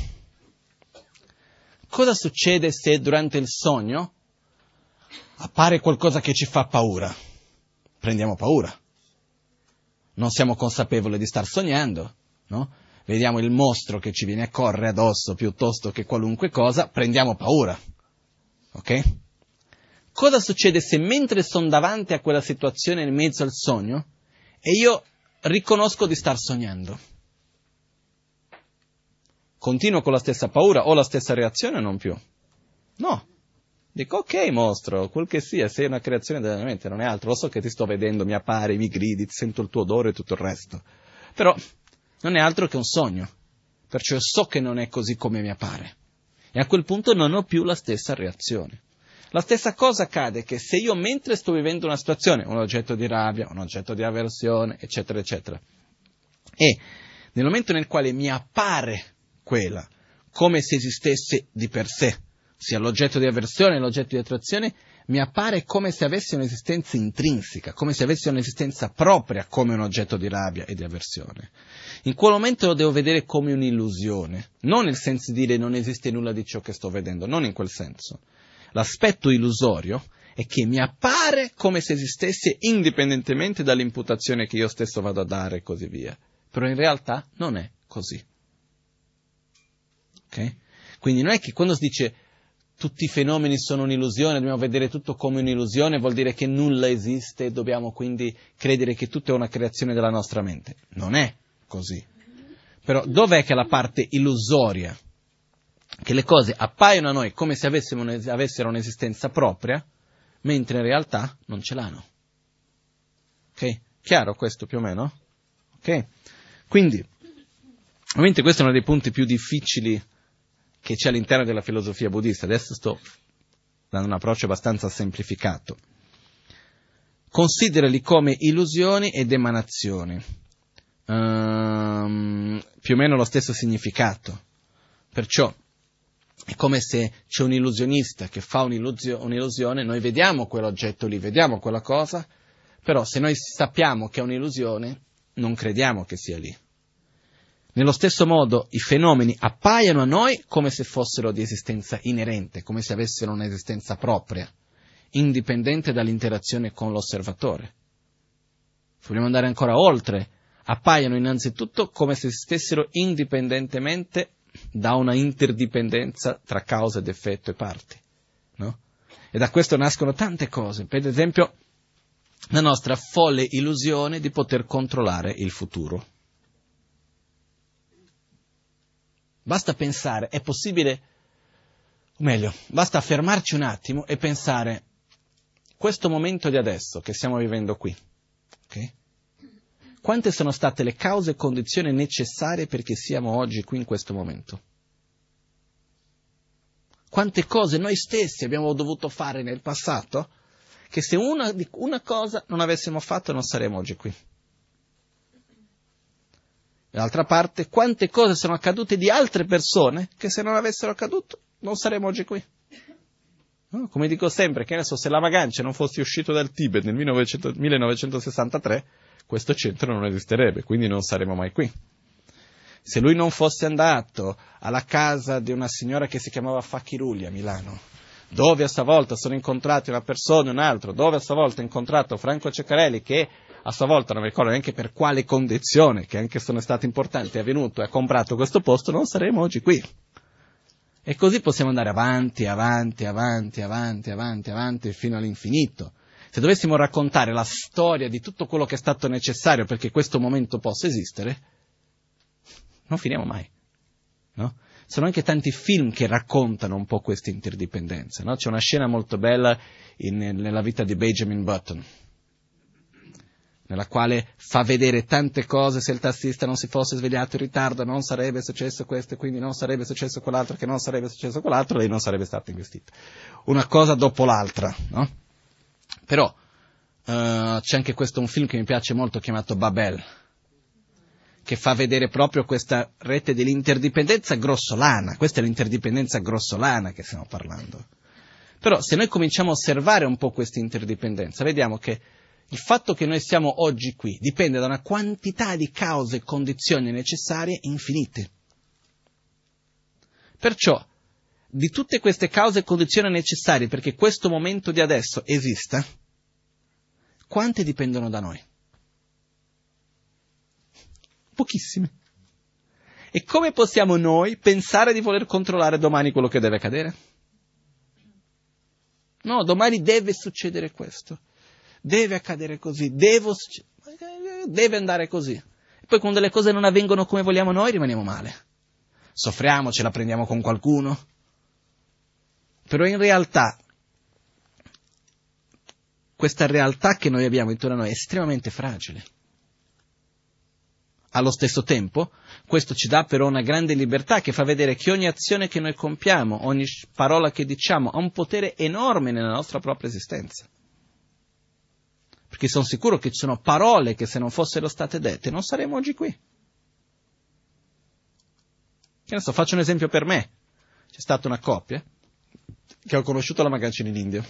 cosa succede se durante il sogno appare qualcosa che ci fa paura? Prendiamo paura. Non siamo consapevoli di star sognando, no? Vediamo il mostro che ci viene a correre addosso piuttosto che qualunque cosa, prendiamo paura. Ok? Cosa succede se mentre sono davanti a quella situazione in mezzo al sogno e io riconosco di star sognando? Continuo con la stessa paura o la stessa reazione o non più? No. Dico, ok mostro, quel che sia, sei una creazione della mente, non è altro. Lo so che ti sto vedendo, mi appari, mi gridi, sento il tuo odore e tutto il resto. Però non è altro che un sogno. Perciò io so che non è così come mi appare. E a quel punto non ho più la stessa reazione. La stessa cosa accade che se io mentre sto vivendo una situazione, un oggetto di rabbia, un oggetto di avversione, eccetera, eccetera, e nel momento nel quale mi appare quella come se esistesse di per sé, sia l'oggetto di avversione che l'oggetto di attrazione, mi appare come se avesse un'esistenza intrinseca, come se avesse un'esistenza propria come un oggetto di rabbia e di avversione. In quel momento lo devo vedere come un'illusione, non nel senso di dire non esiste nulla di ciò che sto vedendo, non in quel senso. L'aspetto illusorio è che mi appare come se esistesse indipendentemente dall'imputazione che io stesso vado a dare e così via. Però in realtà non è così. Ok? Quindi non è che quando si dice tutti i fenomeni sono un'illusione, dobbiamo vedere tutto come un'illusione, vuol dire che nulla esiste e dobbiamo quindi credere che tutto è una creazione della nostra mente. Non è così. Però dov'è che la parte illusoria? Che le cose appaiono a noi come se avessero un'esistenza propria, mentre in realtà non ce l'hanno. Ok? Chiaro questo più o meno? Ok? Quindi, ovviamente questo è uno dei punti più difficili che c'è all'interno della filosofia buddista. Adesso sto dando un approccio abbastanza semplificato. Considerali come illusioni ed emanazioni. Più o meno lo stesso significato. Perciò è come se c'è un illusionista che fa un'illusione, noi vediamo quell'oggetto lì, vediamo quella cosa, però se noi sappiamo che è un'illusione, non crediamo che sia lì. Nello stesso modo i fenomeni appaiono a noi come se fossero di esistenza inerente, come se avessero un'esistenza propria, indipendente dall'interazione con l'osservatore. Se vogliamo andare ancora oltre, appaiono innanzitutto come se stessero indipendentemente da una interdipendenza tra causa ed effetto e parti, no? E da questo nascono tante cose, per esempio la nostra folle illusione di poter controllare il futuro. Basta pensare, è possibile, o meglio, basta fermarci un attimo e pensare, questo momento di adesso che stiamo vivendo qui, ok? Quante sono state le cause e condizioni necessarie perché siamo oggi qui in questo momento? Quante cose noi stessi abbiamo dovuto fare nel passato che se una cosa non avessimo fatto non saremmo oggi qui. Dall'altra parte, quante cose sono accadute di altre persone che se non avessero accaduto non saremmo oggi qui. No? Come dico sempre, che adesso se la Vagancia non fosse uscito dal Tibet nel 1963, questo centro non esisterebbe, quindi non saremmo mai qui. Se lui non fosse andato alla casa di una signora che si chiamava Fakirulli a Milano, dove a sua volta sono incontrati una persona e un altro, dove a sua volta ha incontrato Franco Ceccarelli, che a sua volta non mi ricordo neanche per quale condizione, che anche sono state importanti, è venuto e ha comprato questo posto, non saremmo oggi qui. E così possiamo andare avanti fino all'infinito. Se dovessimo raccontare la storia di tutto quello che è stato necessario perché questo momento possa esistere, non finiamo mai, no? Sono anche tanti film che raccontano un po' questa interdipendenza, no? C'è una scena molto bella nella vita di Benjamin Button, nella quale fa vedere tante cose. Se il tassista non si fosse svegliato in ritardo non sarebbe successo questo, quindi non sarebbe successo quell'altro, che non sarebbe successo quell'altro, lei non sarebbe stata investita. Una cosa dopo l'altra, no? Però c'è anche questo un film che mi piace molto chiamato Babel, che fa vedere proprio questa rete dell'interdipendenza grossolana. Questa è l'interdipendenza grossolana che stiamo parlando. Però se noi cominciamo a osservare un po' questa interdipendenza, vediamo che il fatto che noi siamo oggi qui dipende da una quantità di cause e condizioni necessarie infinite. Perciò, di tutte queste cause e condizioni necessarie perché questo momento di adesso esista, quante dipendono da noi? Pochissime. E come possiamo noi pensare di voler controllare domani quello che deve accadere? No, domani deve succedere questo. Deve accadere così, deve andare così. E poi quando le cose non avvengono come vogliamo noi, rimaniamo male. Soffriamo, ce la prendiamo con qualcuno. Però in realtà, questa realtà che noi abbiamo intorno a noi è estremamente fragile. Allo stesso tempo, questo ci dà però una grande libertà che fa vedere che ogni azione che noi compiamo, ogni parola che diciamo, ha un potere enorme nella nostra propria esistenza. Perché sono sicuro che ci sono parole che se non fossero state dette non saremmo oggi qui. Che ne so, faccio un esempio per me. C'è stata una coppia che ho conosciuto alla Magancina in India,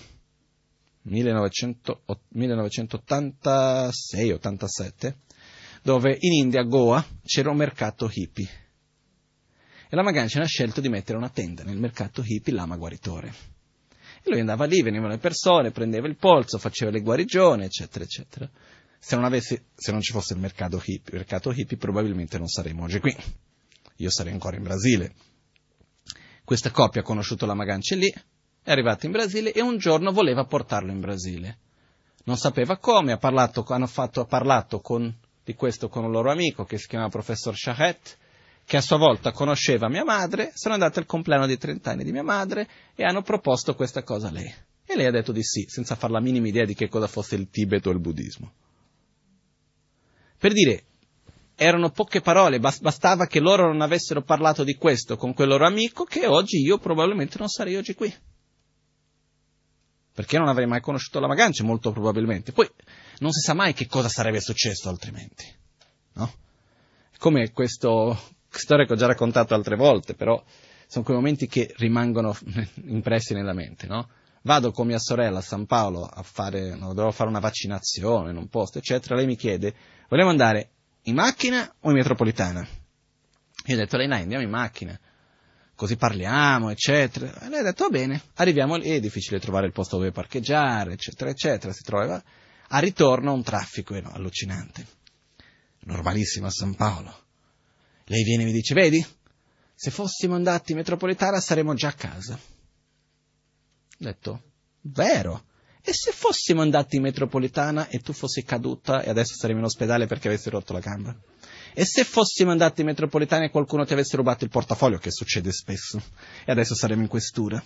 1986-87, dove in India, a Goa, c'era un mercato hippie. E la Magancina ha scelto di mettere una tenda nel mercato hippie Lama Guaritore. E lui andava lì, venivano le persone, prendeva il polso, faceva le guarigioni, eccetera, eccetera. Se non ci fosse il mercato hippie, probabilmente non saremmo oggi qui. Io sarei ancora in Brasile. Questa coppia ha conosciuto la Magancia lì, è arrivata in Brasile e un giorno voleva portarlo in Brasile. Non sapeva come, ha parlato di questo con un loro amico che si chiamava professor Shahet, che a sua volta conosceva mia madre, sono andati al compleanno di 30 anni di mia madre e hanno proposto questa cosa a lei. E lei ha detto di sì, senza far la minima idea di che cosa fosse il Tibet o il buddismo. Per dire, erano poche parole, bastava che loro non avessero parlato di questo con quel loro amico, che oggi io probabilmente non sarei oggi qui. Perché non avrei mai conosciuto la Magancia, molto probabilmente. Poi non si sa mai che cosa sarebbe successo altrimenti, no? Come questa storia che ho già raccontato altre volte, però sono quei momenti che rimangono impressi nella mente, no? Vado con mia sorella a San Paolo dovevo fare una vaccinazione in un posto, eccetera. Lei mi chiede, vogliamo andare in macchina o in metropolitana? Io ho detto, lei no, andiamo in macchina, così parliamo, eccetera. E lei ha detto, va bene, arriviamo lì, è difficile trovare il posto dove parcheggiare, eccetera, eccetera, si trova. A ritorno un traffico allucinante, normalissimo a San Paolo. Lei viene e mi dice, vedi, se fossimo andati in metropolitana saremmo già a casa. Ho detto, vero? E se fossimo andati in metropolitana e tu fossi caduta e adesso saremmo in ospedale perché avessi rotto la gamba? E se fossimo andati in metropolitana e qualcuno ti avesse rubato il portafoglio, che succede spesso, e adesso saremmo in questura?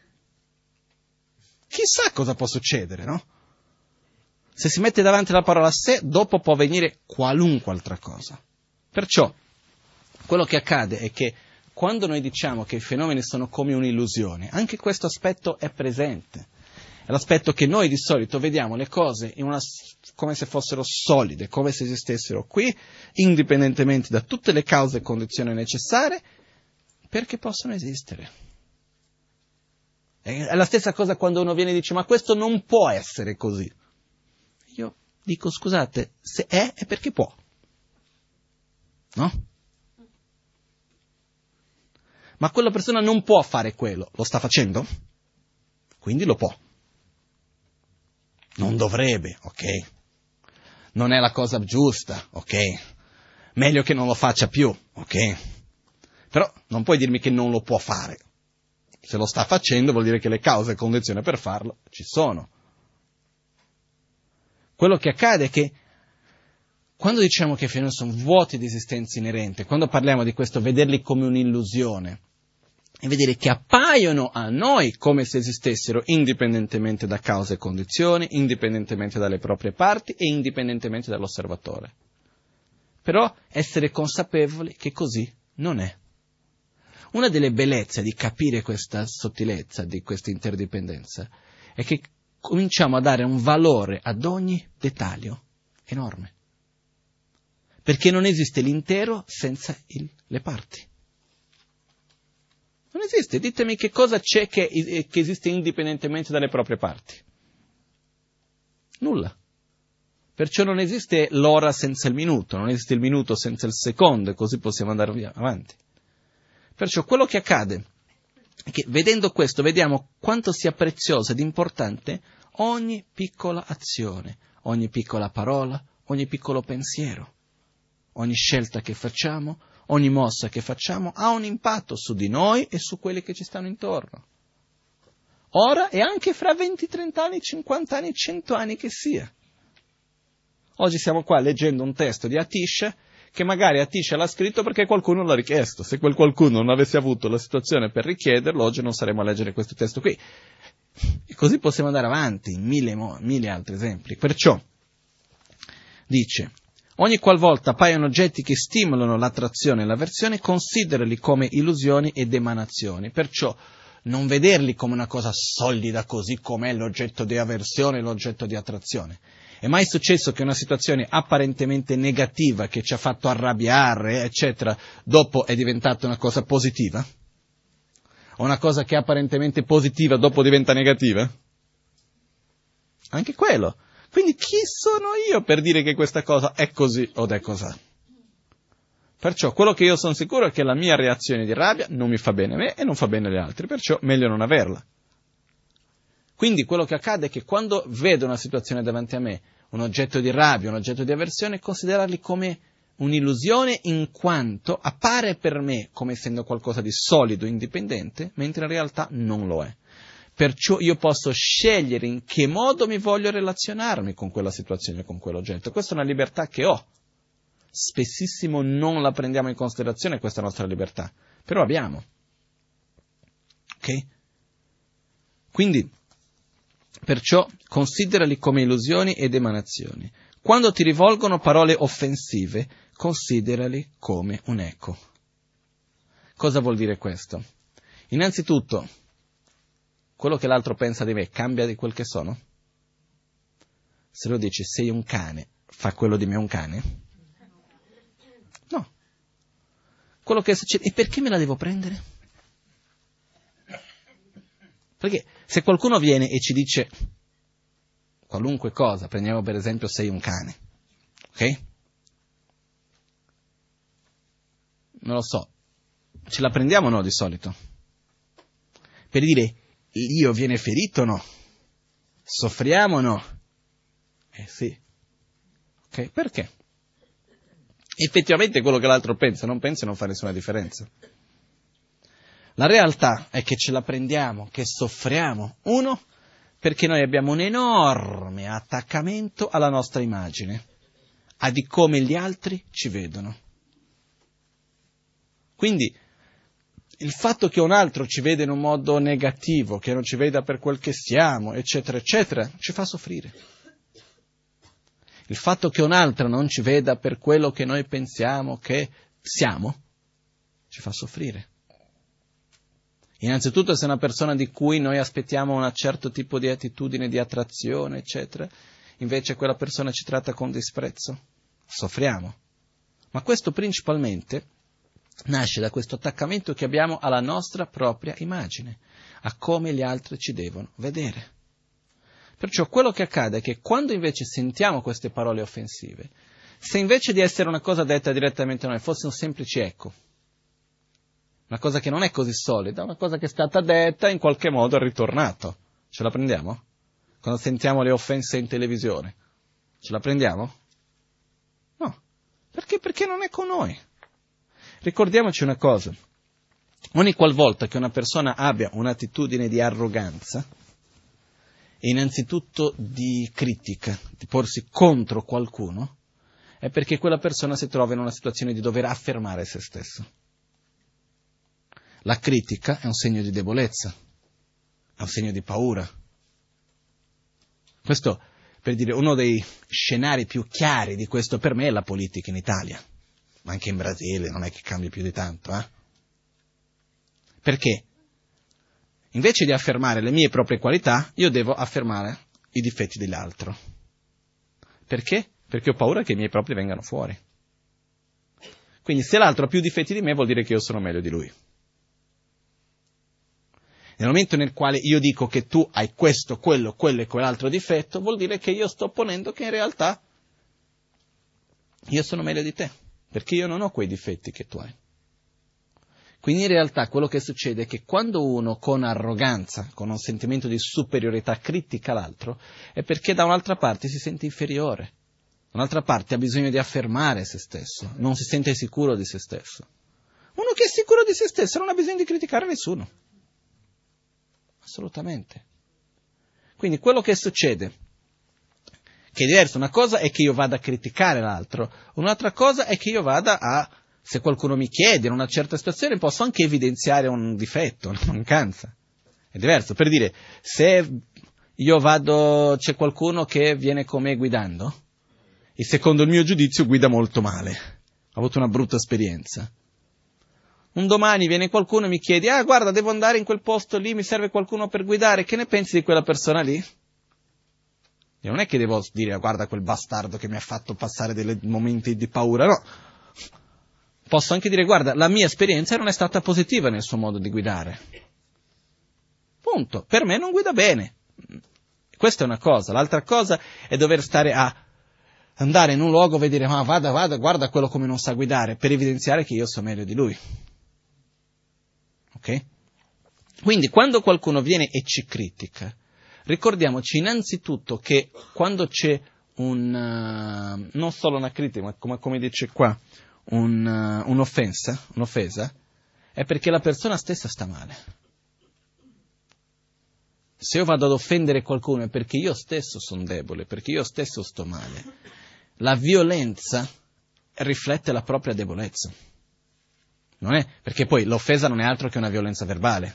Chissà cosa può succedere, no? Se si mette davanti la parola a sé, dopo può venire qualunque altra cosa. Perciò, quello che accade è che quando noi diciamo che i fenomeni sono come un'illusione, anche questo aspetto è presente. È l'aspetto che noi di solito vediamo le cose come se fossero solide, come se esistessero qui, indipendentemente da tutte le cause e condizioni necessarie, perché possono esistere. È la stessa cosa quando uno viene e dice, ma questo non può essere così. Io dico, scusate, se è perché può. No? Ma quella persona non può fare quello, lo sta facendo? Quindi lo può. Non dovrebbe, ok? Non è la cosa giusta, ok? Meglio che non lo faccia più, ok? Però non puoi dirmi che non lo può fare. Se lo sta facendo vuol dire che le cause e condizioni per farlo ci sono. Quello che accade è che quando diciamo che i fenomeni sono vuoti di esistenza inerente, quando parliamo di questo, vederli come un'illusione, e vedere che appaiono a noi come se esistessero indipendentemente da cause e condizioni, indipendentemente dalle proprie parti e indipendentemente dall'osservatore. Però essere consapevoli che così non è. Una delle bellezze di capire questa sottilezza, di questa interdipendenza, è che cominciamo a dare un valore ad ogni dettaglio enorme. Perché non esiste l'intero senza le parti. Non esiste. Ditemi che cosa c'è che esiste indipendentemente dalle proprie parti. Nulla. Perciò non esiste l'ora senza il minuto, non esiste il minuto senza il secondo, e così possiamo andare via avanti. Perciò quello che accade è che, vedendo questo, vediamo quanto sia preziosa ed importante ogni piccola azione, ogni piccola parola, ogni piccolo pensiero. Ogni scelta che facciamo, ogni mossa che facciamo ha un impatto su di noi e su quelli che ci stanno intorno. Ora e anche fra 20, 30 anni, 50 anni, 100 anni che sia. Oggi siamo qua leggendo un testo di Atisha che magari Atisha l'ha scritto perché qualcuno l'ha richiesto. Se quel qualcuno non avesse avuto la situazione per richiederlo, oggi non saremmo a leggere questo testo qui. E così possiamo andare avanti in mille altri esempi. Perciò dice: ogni qualvolta appaiono oggetti che stimolano l'attrazione e l'avversione, considerali come illusioni ed emanazioni. Perciò non vederli come una cosa solida così com'è l'oggetto di avversione e l'oggetto di attrazione. È mai successo che una situazione apparentemente negativa che ci ha fatto arrabbiare, eccetera, dopo è diventata una cosa positiva? O una cosa che è apparentemente positiva dopo diventa negativa? Anche quello. Quindi chi sono io per dire che questa cosa è così o è così? Perciò quello che io sono sicuro è che la mia reazione di rabbia non mi fa bene a me e non fa bene agli altri, perciò meglio non averla. Quindi quello che accade è che quando vedo una situazione davanti a me, un oggetto di rabbia, un oggetto di avversione, considerarli come un'illusione in quanto appare per me come essendo qualcosa di solido, indipendente, mentre in realtà non lo è. Perciò io posso scegliere in che modo mi voglio relazionarmi con quella situazione, con quell'oggetto. Questa è una libertà che ho. Spessissimo non la prendiamo in considerazione questa nostra libertà, però abbiamo. Ok? Quindi, perciò, considerali come illusioni ed emanazioni. Quando ti rivolgono parole offensive, considerali come un eco. Cosa vuol dire questo? Innanzitutto, quello che l'altro pensa di me cambia di quel che sono? Se lo dici sei un cane, fa quello di me un cane? No. Quello che succede, e perché me la devo prendere? Perché se qualcuno viene e ci dice qualunque cosa, prendiamo per esempio sei un cane, ok? Non lo so, ce la prendiamo o no di solito? Per dire, l'io viene ferito o no? Soffriamo o no? Sì. Ok, perché? Effettivamente quello che l'altro pensa, non pensa e non fa nessuna differenza. La realtà è che ce la prendiamo, che soffriamo. Uno, perché noi abbiamo un enorme attaccamento alla nostra immagine, a di come gli altri ci vedono. Quindi, il fatto che un altro ci veda in un modo negativo, che non ci veda per quel che siamo, eccetera, eccetera, ci fa soffrire. Il fatto che un altro non ci veda per quello che noi pensiamo che siamo, ci fa soffrire. Innanzitutto se è una persona di cui noi aspettiamo un certo tipo di attitudine, di attrazione, eccetera, invece quella persona ci tratta con disprezzo, soffriamo. Ma questo principalmente nasce da questo attaccamento che abbiamo alla nostra propria immagine, a come gli altri ci devono vedere. Perciò quello che accade è che quando invece sentiamo queste parole offensive, se invece di essere una cosa detta direttamente a noi fosse un semplice eco, una cosa che non è così solida, una cosa che è stata detta in qualche modo è ritornato. Ce la prendiamo? Quando sentiamo le offense in televisione, ce la prendiamo? No. Perché? Perché non è con noi. Ricordiamoci una cosa. Ogni qualvolta che una persona abbia un'attitudine di arroganza, e innanzitutto di critica, di porsi contro qualcuno, è perché quella persona si trova in una situazione di dover affermare se stesso. La critica è un segno di debolezza, è un segno di paura. Questo, per dire, uno dei scenari più chiari di questo per me è la politica in Italia, ma anche in Brasile non è che cambi più di tanto, Perché? Invece di affermare le mie proprie qualità, io devo affermare i difetti dell'altro. Perché? Perché ho paura che i miei propri vengano fuori. Quindi se l'altro ha più difetti di me vuol dire che io sono meglio di lui. Nel momento nel quale io dico che tu hai questo, quello e quell'altro difetto, vuol dire che io sto ponendo che in realtà io sono meglio di te, perché io non ho quei difetti che tu hai. Quindi in realtà quello che succede è che quando uno con arroganza, con un sentimento di superiorità critica l'altro, è perché da un'altra parte si sente inferiore, da un'altra parte ha bisogno di affermare se stesso, non si sente sicuro di se stesso. Uno che è sicuro di se stesso non ha bisogno di criticare nessuno. Assolutamente. Quindi quello che succede, che è diverso, una cosa è che io vada a criticare l'altro, un'altra cosa è che io vada a, se qualcuno mi chiede in una certa situazione, posso anche evidenziare un difetto, una mancanza. È diverso, per dire, se io vado, c'è qualcuno che viene con me guidando, e secondo il mio giudizio guida molto male, ha avuto una brutta esperienza. Un domani viene qualcuno e mi chiede, guarda, devo andare in quel posto lì, mi serve qualcuno per guidare, che ne pensi di quella persona lì? Io non è che devo dire, guarda quel bastardo che mi ha fatto passare dei momenti di paura, no. Posso anche dire, guarda, la mia esperienza non è stata positiva nel suo modo di guidare. Punto. Per me non guida bene. Questa è una cosa. L'altra cosa è dover stare a andare in un luogo e vedere, ma vada, guarda quello come non sa guidare, per evidenziare che io so meglio di lui. Ok? Quindi quando qualcuno viene e ci critica, ricordiamoci innanzitutto che quando c'è non solo una critica, ma come dice qua, un'offesa, è perché la persona stessa sta male. Se io vado ad offendere qualcuno è perché io stesso sono debole, perché io stesso sto male. La violenza riflette la propria debolezza. Non è? Perché poi l'offesa non è altro che una violenza verbale.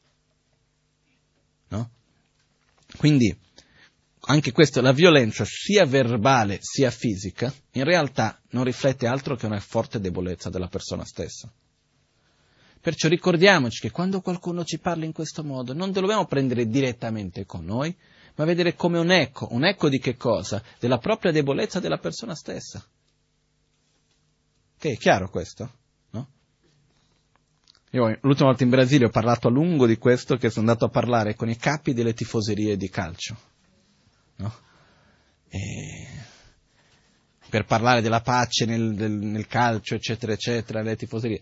No? Quindi, anche questo, la violenza sia verbale sia fisica, in realtà non riflette altro che una forte debolezza della persona stessa. Perciò ricordiamoci che quando qualcuno ci parla in questo modo, non lo dobbiamo prendere direttamente con noi, ma vedere come un eco di che cosa? Della propria debolezza della persona stessa. Che è chiaro questo? No? Io l'ultima volta in Brasile ho parlato a lungo di questo, che sono andato a parlare con i capi delle tifoserie di calcio. No? Per parlare della pace nel calcio, eccetera, eccetera, le tifoserie.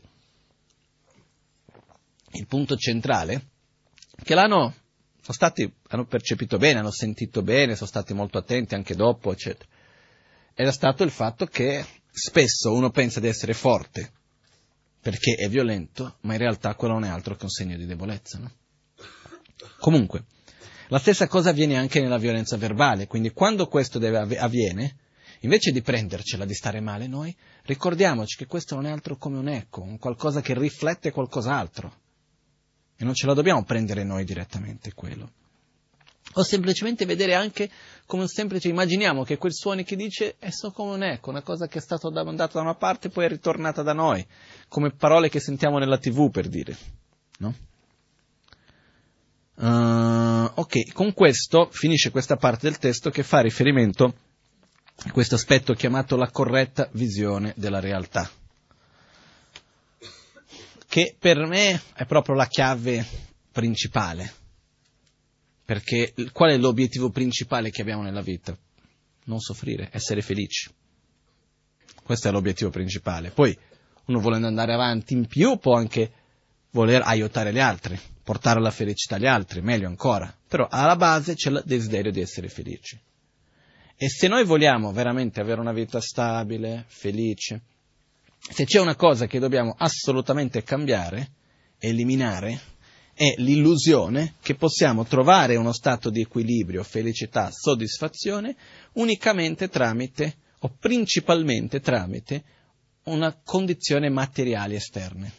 Il punto centrale, che hanno percepito bene, hanno sentito bene, sono stati molto attenti anche dopo, eccetera, era stato il fatto che spesso uno pensa di essere forte perché è violento, ma in realtà quello non è altro che un segno di debolezza, no? Comunque, la stessa cosa avviene anche nella violenza verbale, quindi quando questo avviene, invece di prendercela, di stare male noi, ricordiamoci che questo non è altro come un eco, un qualcosa che riflette qualcos'altro. E non ce la dobbiamo prendere noi direttamente quello. O semplicemente vedere anche come un semplice, immaginiamo che quel suono che dice è solo come un eco, una cosa che è stata mandata da una parte e poi è ritornata da noi, come parole che sentiamo nella TV, per dire. No? Ok, con questo finisce questa parte del testo che fa riferimento a questo aspetto chiamato la corretta visione della realtà, che per me è proprio la chiave principale, perché qual è l'obiettivo principale che abbiamo nella vita? Non soffrire, essere felici. Questo è l'obiettivo principale. Poi uno volendo andare avanti in più può anche voler aiutare gli altri, portare la felicità agli altri, meglio ancora, però alla base c'è il desiderio di essere felici. E se noi vogliamo veramente avere una vita stabile, felice, se c'è una cosa che dobbiamo assolutamente cambiare, eliminare, è l'illusione che possiamo trovare uno stato di equilibrio, felicità, soddisfazione unicamente tramite, o principalmente tramite, una condizione materiali esterne.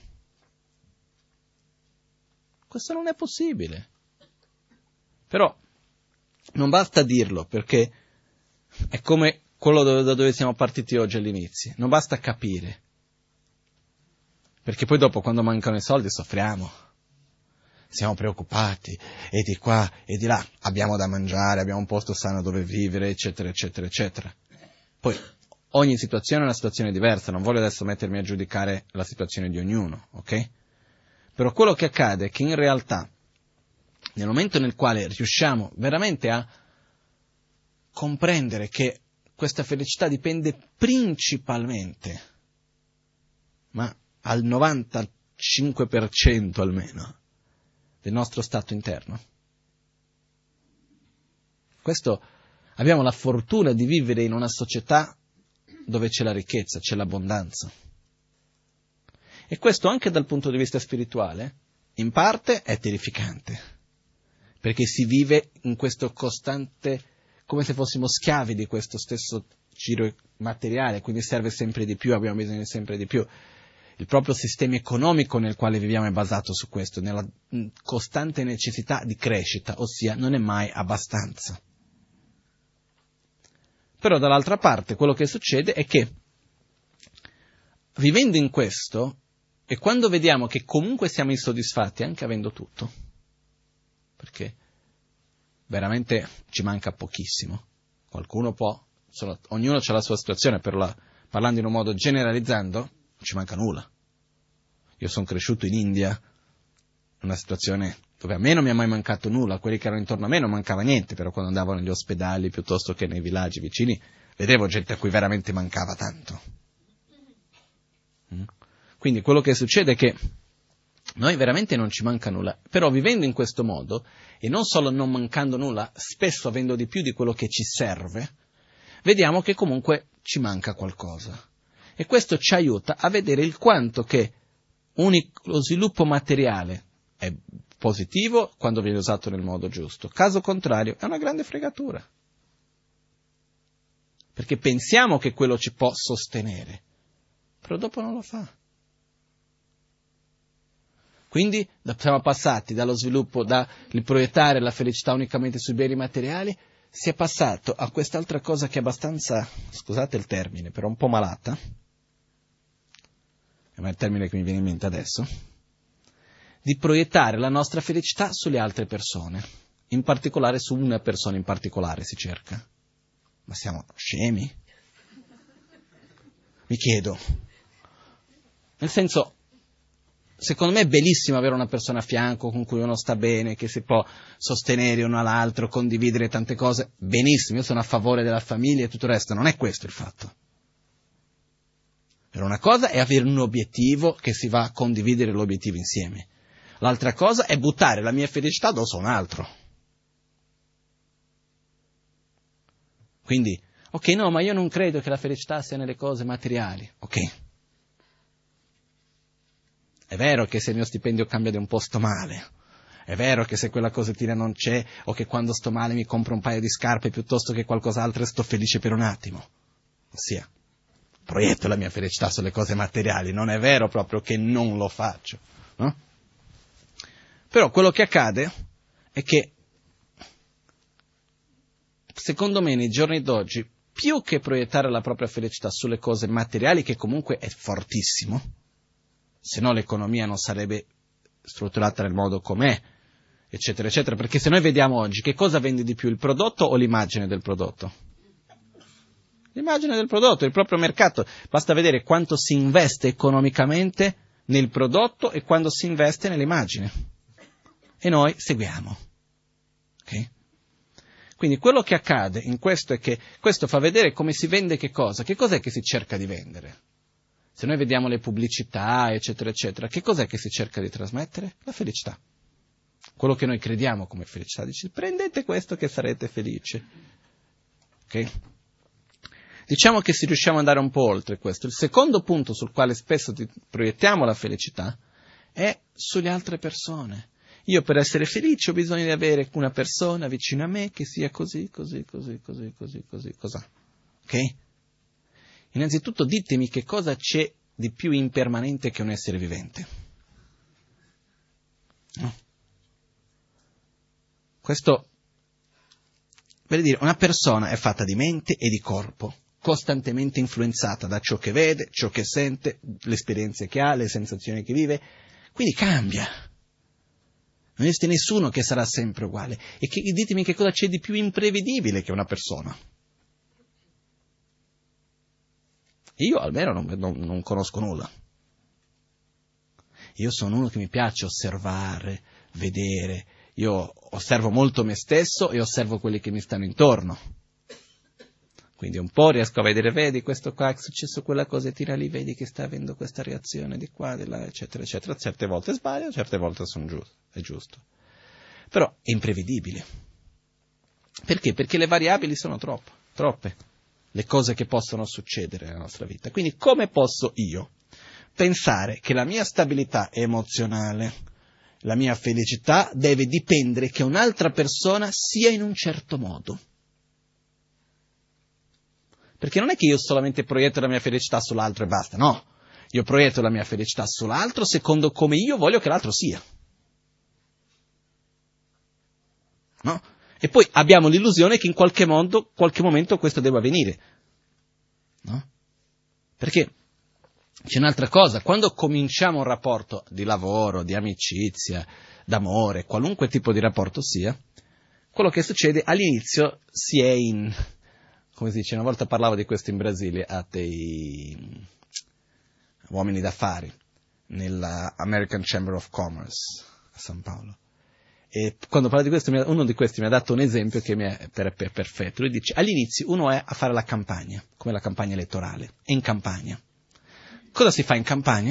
Questo non è possibile. Però non basta dirlo, perché è come quello da dove siamo partiti oggi all'inizio. Non basta capire. Perché poi dopo, quando mancano i soldi, soffriamo. siamo preoccupati, e di qua e di là, abbiamo da mangiare, abbiamo un posto sano dove vivere, eccetera, eccetera, eccetera. Poi ogni situazione è una situazione diversa, non voglio adesso mettermi a giudicare la situazione di ognuno, ok? Però quello che accade è che in realtà, nel momento nel quale riusciamo veramente a comprendere che questa felicità dipende principalmente, ma al 95% almeno, del nostro stato interno. Questo, abbiamo la fortuna di vivere in una società dove c'è la ricchezza, c'è l'abbondanza. E questo anche dal punto di vista spirituale, in parte è terrificante, perché si vive in questo costante, come se fossimo schiavi di questo stesso giro materiale, quindi serve sempre di più, abbiamo bisogno di sempre di più. Il proprio sistema economico nel quale viviamo è basato su questo, nella costante necessità di crescita, ossia non è mai abbastanza. Però dall'altra parte quello che succede è che, vivendo in questo, e quando vediamo che comunque siamo insoddisfatti anche avendo tutto, perché veramente ci manca pochissimo, qualcuno può, ognuno ha la sua situazione, però parlando in un modo generalizzando, non ci manca nulla. Io sono cresciuto in India, in una situazione dove a me non mi è mai mancato nulla, a quelli che erano intorno a me non mancava niente, però quando andavo negli ospedali piuttosto che nei villaggi vicini, vedevo gente a cui veramente mancava tanto. Quindi quello che succede è che noi veramente non ci manca nulla, però vivendo in questo modo, e non solo non mancando nulla, spesso avendo di più di quello che ci serve, vediamo che comunque ci manca qualcosa. E questo ci aiuta a vedere il quanto che lo sviluppo materiale è positivo quando viene usato nel modo giusto. Caso contrario, è una grande fregatura. Perché pensiamo che quello ci può sostenere, però dopo non lo fa. Quindi siamo passati dallo sviluppo, dal proiettare la felicità unicamente sui beni materiali, si è passato a quest'altra cosa che è abbastanza, scusate il termine, però un po' malata, è il termine che mi viene in mente adesso, di proiettare la nostra felicità sulle altre persone, in particolare su una persona in particolare si cerca. Ma siamo scemi? Mi chiedo. Nel senso, secondo me è bellissimo avere una persona a fianco con cui uno sta bene, che si può sostenere uno all'altro, condividere tante cose. Benissimo, io sono a favore della famiglia e tutto il resto, non è questo il fatto. Però una cosa è avere un obiettivo che si va a condividere l'obiettivo insieme. L'altra cosa è buttare la mia felicità addosso a un altro. Quindi, ok, no, ma io non credo che la felicità sia nelle cose materiali. Ok. È vero che se il mio stipendio cambia di un po' sto male. È vero che se quella cosettina non c'è, o che quando sto male mi compro un paio di scarpe piuttosto che qualcos'altro e sto felice per un attimo. Ossia, proietto la mia felicità sulle cose materiali. Non è vero proprio che non lo faccio, no? Però quello che accade è che, secondo me, nei giorni d'oggi, più che proiettare la propria felicità sulle cose materiali, che comunque è fortissimo, se no l'economia non sarebbe strutturata nel modo com'è, eccetera, eccetera, perché se noi vediamo oggi che cosa vende di più, il prodotto o l'immagine del prodotto? L'immagine del prodotto, il proprio mercato. Basta vedere quanto si investe economicamente nel prodotto e quando si investe nell'immagine. E noi seguiamo. Ok? Quindi quello che accade in questo è che questo fa vedere come si vende che cosa. Che cos'è che si cerca di vendere? Se noi vediamo le pubblicità, eccetera, eccetera, che cos'è che si cerca di trasmettere? La felicità. Quello che noi crediamo come felicità. Dice, prendete questo che sarete felici. Ok? Diciamo che se riusciamo ad andare un po' oltre questo. Il secondo punto sul quale spesso proiettiamo la felicità è sulle altre persone. Io per essere felice ho bisogno di avere una persona vicino a me che sia così, così, così, così, così, così, così. Ok? Innanzitutto ditemi che cosa c'è di più impermanente che un essere vivente. No? Questo, per dire, una persona è fatta di mente e di corpo, costantemente influenzata da ciò che vede, ciò che sente, le esperienze che ha, le sensazioni che vive, quindi cambia. Non esiste nessuno che sarà sempre uguale. E ditemi che cosa c'è di più imprevedibile che una persona. Io almeno non conosco nulla. Io sono uno che mi piace osservare, vedere. Io osservo molto me stesso e osservo quelli che mi stanno intorno. Quindi un po' riesco a vedere, vedi questo qua, è successo quella cosa, tira lì, vedi che sta avendo questa reazione di qua, di là, eccetera, eccetera. Certe volte sbaglio, certe volte è giusto. Però è imprevedibile. Perché? Perché le variabili sono troppe, le cose che possono succedere nella nostra vita. Quindi come posso io pensare che la mia stabilità emozionale, la mia felicità deve dipendere che un'altra persona sia in un certo modo? Perché non è che io solamente proietto la mia felicità sull'altro e basta, no. Io proietto la mia felicità sull'altro secondo come io voglio che l'altro sia. No? E poi abbiamo l'illusione che in qualche momento questo debba avvenire. No? Perché c'è un'altra cosa, quando cominciamo un rapporto di lavoro, di amicizia, d'amore, qualunque tipo di rapporto sia, quello che succede all'inizio si è come si dice, una volta parlavo di questo in Brasile a dei uomini d'affari, nella American Chamber of Commerce a San Paolo. E quando parlo di questo, uno di questi mi ha dato un esempio che mi è perfetto. Lui dice, all'inizio uno è a fare la campagna, come la campagna elettorale, è in campagna. Cosa si fa in campagna?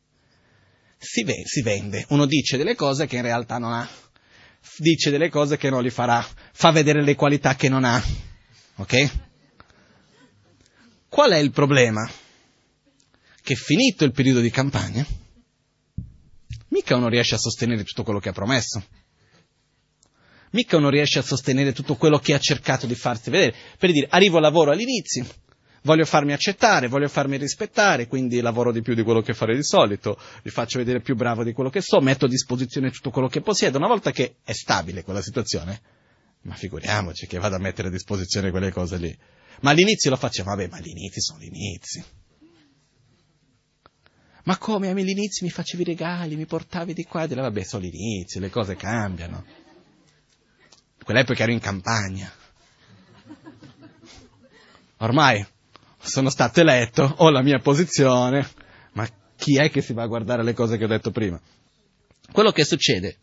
Si vende. Uno dice delle cose che in realtà non ha, dice delle cose che non li farà, fa vedere le qualità che non ha. Ok? Qual è il problema? Che finito il periodo di campagna, mica uno riesce a sostenere tutto quello che ha promesso. Mica uno riesce a sostenere tutto quello che ha cercato di farsi vedere. Per dire, arrivo al lavoro all'inizio, voglio farmi accettare, voglio farmi rispettare, quindi lavoro di più di quello che farei di solito, vi faccio vedere più bravo di quello che so, metto a disposizione tutto quello che possiedo. Una volta che è stabile quella situazione, ma figuriamoci che vado a mettere a disposizione quelle cose lì. Ma all'inizio lo faccio, vabbè, ma gli inizi sono gli inizi. Ma come, a me all'inizio mi facevi regali, mi portavi di qua e di là, vabbè, sono gli inizi, le cose cambiano. In quell'epoca ero in campagna. Ormai sono stato eletto, ho la mia posizione, ma chi è che si va a guardare le cose che ho detto prima? Quello che succede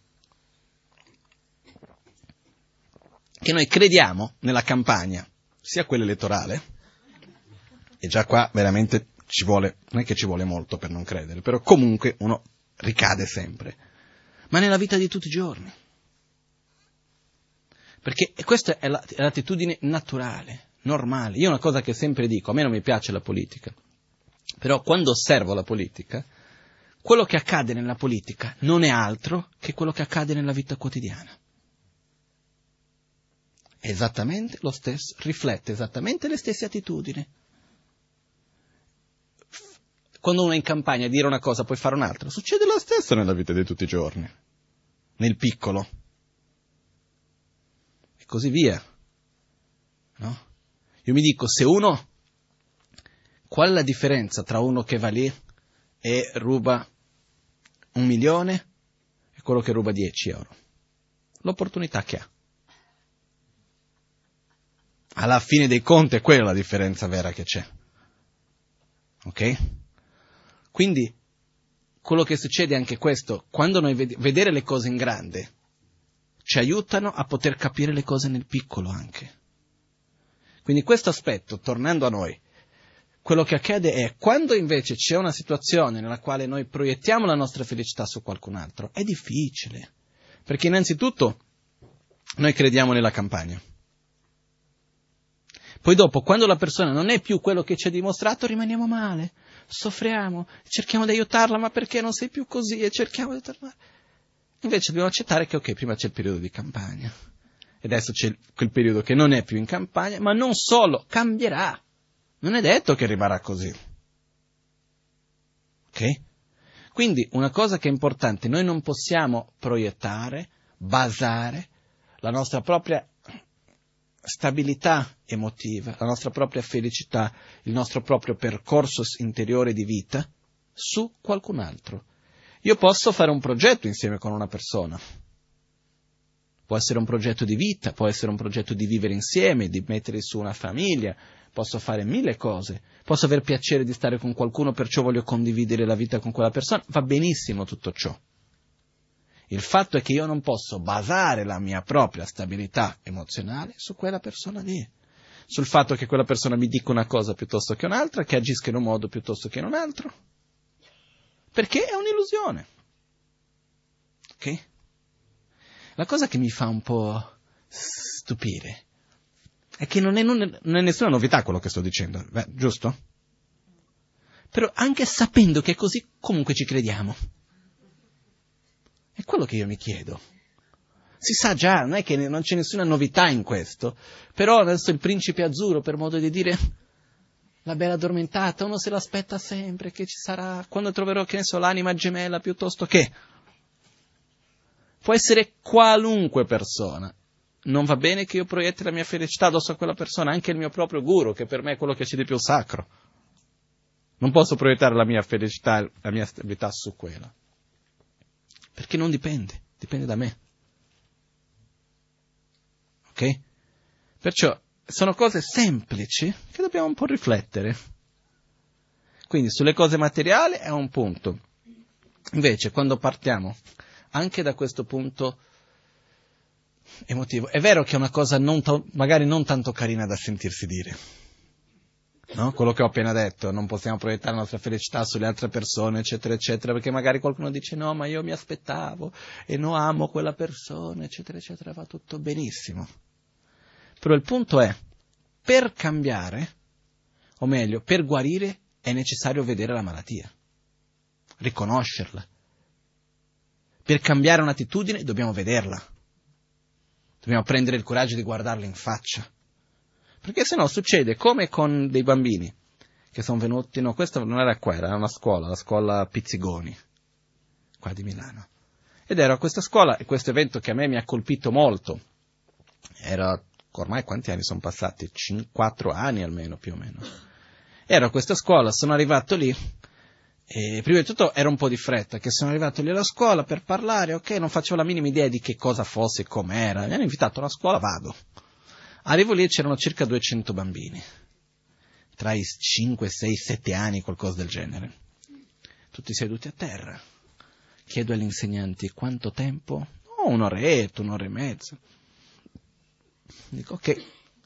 è che noi crediamo nella campagna, sia quella elettorale, e già qua veramente ci vuole, non è che ci vuole molto per non credere, però comunque uno ricade sempre, ma nella vita di tutti i giorni. Perché questa è l'attitudine naturale, normale. Io una cosa che sempre dico, a me non mi piace la politica, però quando osservo la politica, quello che accade nella politica non è altro che quello che accade nella vita quotidiana. È esattamente lo stesso, riflette esattamente le stesse attitudini. Quando uno è in campagna a dire una cosa poi fare un'altra, succede lo stesso nella vita di tutti i giorni, nel piccolo. E così via. No? Io mi dico, qual è la differenza tra uno che va lì e ruba 1 milione e quello che ruba 10 euro? L'opportunità che ha. Alla fine dei conti è quella la differenza vera che c'è. Ok? Quindi, quello che succede è anche questo, quando noi vedere le cose in grande, ci aiutano a poter capire le cose nel piccolo anche. Quindi questo aspetto, tornando a noi, quello che accade è, quando invece c'è una situazione nella quale noi proiettiamo la nostra felicità su qualcun altro, è difficile. Perché innanzitutto, noi crediamo nella campagna. Poi dopo, quando la persona non è più quello che ci ha dimostrato, rimaniamo male, soffriamo, cerchiamo di aiutarla, ma perché non sei più così? E cerchiamo di aiutarla. Invece dobbiamo accettare che, ok, prima c'è il periodo di campagna, e adesso c'è quel periodo che non è più in campagna, ma non solo, cambierà. Non è detto che rimarrà così. Ok? Quindi, una cosa che è importante, noi non possiamo proiettare, basare la nostra propria stabilità emotiva, la nostra propria felicità, il nostro proprio percorso interiore di vita su qualcun altro. Io posso fare un progetto insieme con una persona, può essere un progetto di vita, può essere un progetto di vivere insieme, di mettere su una famiglia, posso fare 1000 cose, posso aver piacere di stare con qualcuno, perciò voglio condividere la vita con quella persona, va benissimo tutto ciò. Il fatto è che io non posso basare la mia propria stabilità emozionale su quella persona lì, sul fatto che quella persona mi dica una cosa piuttosto che un'altra, che agisca in un modo piuttosto che in un altro, perché è un'illusione. Ok? La cosa che mi fa un po' stupire è che non è nessuna novità quello che sto dicendo, giusto? Però anche sapendo che è così, comunque ci crediamo. È quello che io mi chiedo. Si sa già, non è che non c'è nessuna novità in questo, però adesso il principe azzurro, per modo di dire, la bella addormentata, uno se l'aspetta sempre, che ci sarà, quando troverò, che ne so, l'anima gemella, piuttosto che... Può essere qualunque persona. Non va bene che io proietti la mia felicità addosso a quella persona, anche il mio proprio guru, che per me è quello che c'è di più sacro. Non posso proiettare la mia felicità, la mia stabilità su quella. Perché non dipende, dipende da me. Ok? Perciò sono cose semplici che dobbiamo un po' riflettere. Quindi sulle cose materiali è un punto. Invece quando partiamo anche da questo punto emotivo, è vero che è una cosa magari non tanto carina da sentirsi dire. No? Quello che ho appena detto, non possiamo proiettare la nostra felicità sulle altre persone, eccetera, eccetera, perché magari qualcuno dice no, ma io mi aspettavo e no, amo quella persona, eccetera, eccetera, va tutto benissimo. Però il punto è, per cambiare, o meglio, per guarire, è necessario vedere la malattia, riconoscerla. Per cambiare un'attitudine dobbiamo vederla, dobbiamo prendere il coraggio di guardarla in faccia. Perché se no succede come con dei bambini che sono venuti, no, questa non era qua, era una scuola, la scuola Pizzigoni, qua di Milano. Ed ero a questa scuola e questo evento che a me mi ha colpito molto, era, ormai quanti anni sono passati? 4 anni almeno, più o meno. Ero a questa scuola, sono arrivato lì e prima di tutto ero un po' di fretta, che sono arrivato lì alla scuola per parlare, ok, non facevo la minima idea di che cosa fosse, com'era, mi hanno invitato alla scuola, vado. Arrivo lì e c'erano circa 200 bambini, tra i 5, 6, 7 anni, qualcosa del genere. Tutti seduti a terra. Chiedo agli insegnanti quanto tempo? Oh, un'oretta, un'ora e mezza. Dico, ok,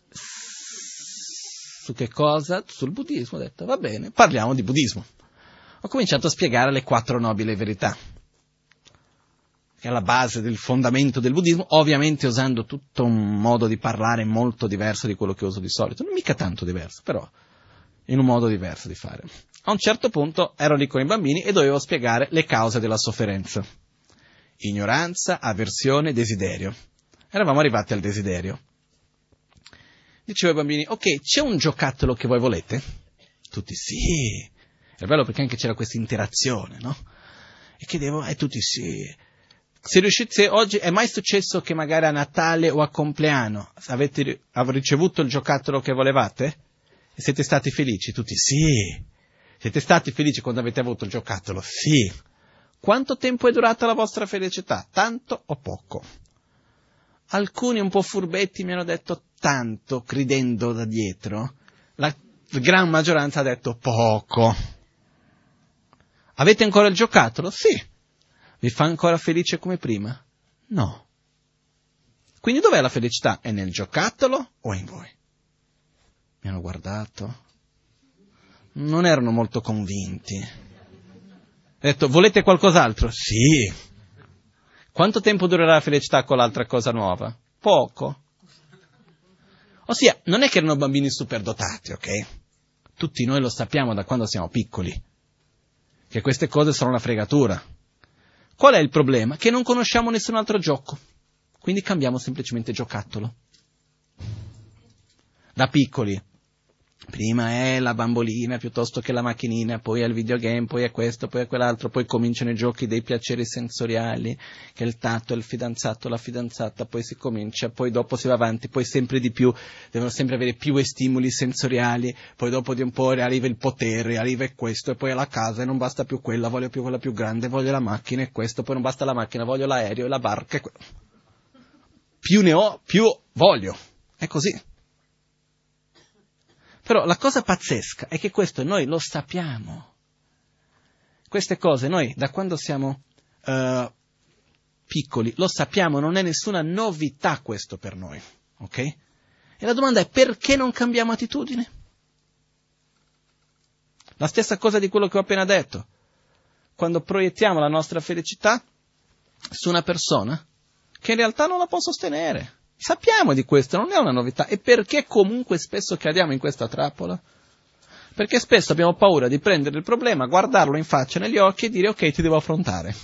su che cosa? Sul buddismo. Ho detto, va bene, parliamo di buddismo. Ho cominciato a spiegare le 4 nobili verità, che è la base del fondamento del buddismo, ovviamente usando tutto un modo di parlare molto diverso di quello che uso di solito, non mica tanto diverso, però in un modo diverso di fare. A un certo punto ero lì con i bambini e dovevo spiegare le cause della sofferenza. Ignoranza, avversione, desiderio. Eravamo arrivati al desiderio. Dicevo ai bambini, ok, c'è un giocattolo che voi volete? Tutti sì. È bello perché anche c'era questa interazione, no? E chiedevo, tutti sì. Se oggi è mai successo che magari a Natale o a compleanno avete ricevuto il giocattolo che volevate? E siete stati felici? Tutti sì. Siete stati felici quando avete avuto il giocattolo? Sì. Quanto tempo è durata la vostra felicità? Tanto o poco? Alcuni un po' furbetti mi hanno detto tanto, ridendo da dietro. La gran maggioranza ha detto poco. Avete ancora il giocattolo? Sì. Vi fa ancora felice come prima? No. Quindi dov'è la felicità? È nel giocattolo o è in voi? Mi hanno guardato. Non erano molto convinti. Ho detto, volete qualcos'altro? Sì. Quanto tempo durerà la felicità con l'altra cosa nuova? Poco. Ossia, non è che erano bambini superdotati, ok? Tutti noi lo sappiamo da quando siamo piccoli, che queste cose sono una fregatura. Qual è il problema? Che non conosciamo nessun altro gioco, quindi cambiamo semplicemente giocattolo. Da piccoli, prima è la bambolina piuttosto che la macchinina, poi è il videogame, poi è questo, poi è quell'altro, poi cominciano i giochi dei piaceri sensoriali, che è il tatto, il fidanzato, la fidanzata, poi si comincia, poi dopo si va avanti, poi sempre di più, devono sempre avere più stimoli sensoriali, poi dopo di un po' arriva il potere, arriva questo, e poi alla casa e non basta più quella, voglio più quella più grande, voglio la macchina e questo, poi non basta la macchina, voglio l'aereo e la barca e più ne ho, più voglio. È così. Però la cosa pazzesca è che questo noi lo sappiamo. Queste cose noi da quando siamo piccoli lo sappiamo, non è nessuna novità questo per noi. Ok? E la domanda è: perché non cambiamo attitudine? La stessa cosa di quello che ho appena detto. Quando proiettiamo la nostra felicità su una persona che in realtà non la può sostenere. Sappiamo di questo, non è una novità. E perché comunque spesso cadiamo in questa trappola? Perché spesso abbiamo paura di prendere il problema, guardarlo in faccia negli occhi e dire: ok, ti devo affrontare.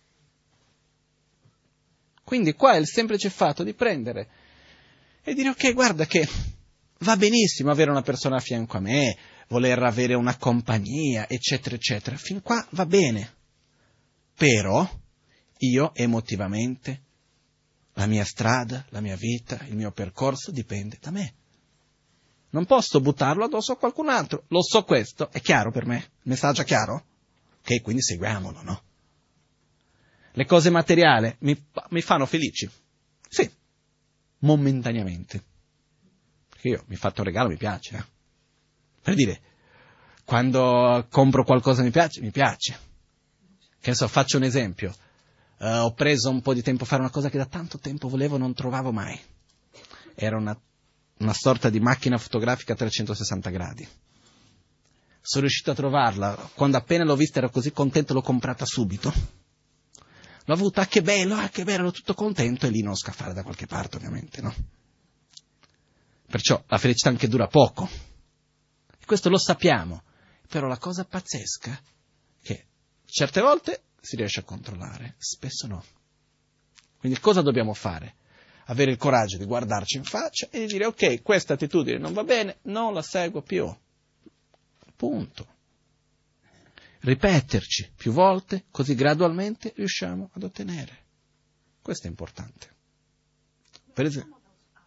Quindi qua è il semplice fatto di prendere e dire: ok, guarda che va benissimo avere una persona a fianco a me, voler avere una compagnia, eccetera, eccetera. Fin qua va bene. Però io emotivamente, la mia strada, la mia vita, il mio percorso dipende da me. Non posso buttarlo addosso a qualcun altro. Lo so questo, è chiaro per me? Il messaggio è chiaro? Ok, quindi seguiamolo, no? Le cose materiali mi fanno felici? Sì, momentaneamente. Perché io mi fatto un regalo, mi piace. Per dire, quando compro qualcosa mi piace. Che ne so, faccio un esempio. Ho preso un po' di tempo a fare una cosa che da tanto tempo volevo, non trovavo mai. Era una sorta di macchina fotografica a 360 gradi. Sono riuscito a trovarla. Quando appena l'ho vista ero così contento, l'ho comprata subito. L'ho avuta, che bello, ero tutto contento, e lì non scaffare da qualche parte, ovviamente, no? Perciò la felicità anche dura poco. E questo lo sappiamo. Però la cosa pazzesca è che certe volte si riesce a controllare, spesso no. Quindi cosa dobbiamo fare? Avere il coraggio di guardarci in faccia e di dire: ok, questa attitudine non va bene, non la seguo più. Punto. Ripeterci più volte, così gradualmente riusciamo ad ottenere. Questo è importante. Per esempio,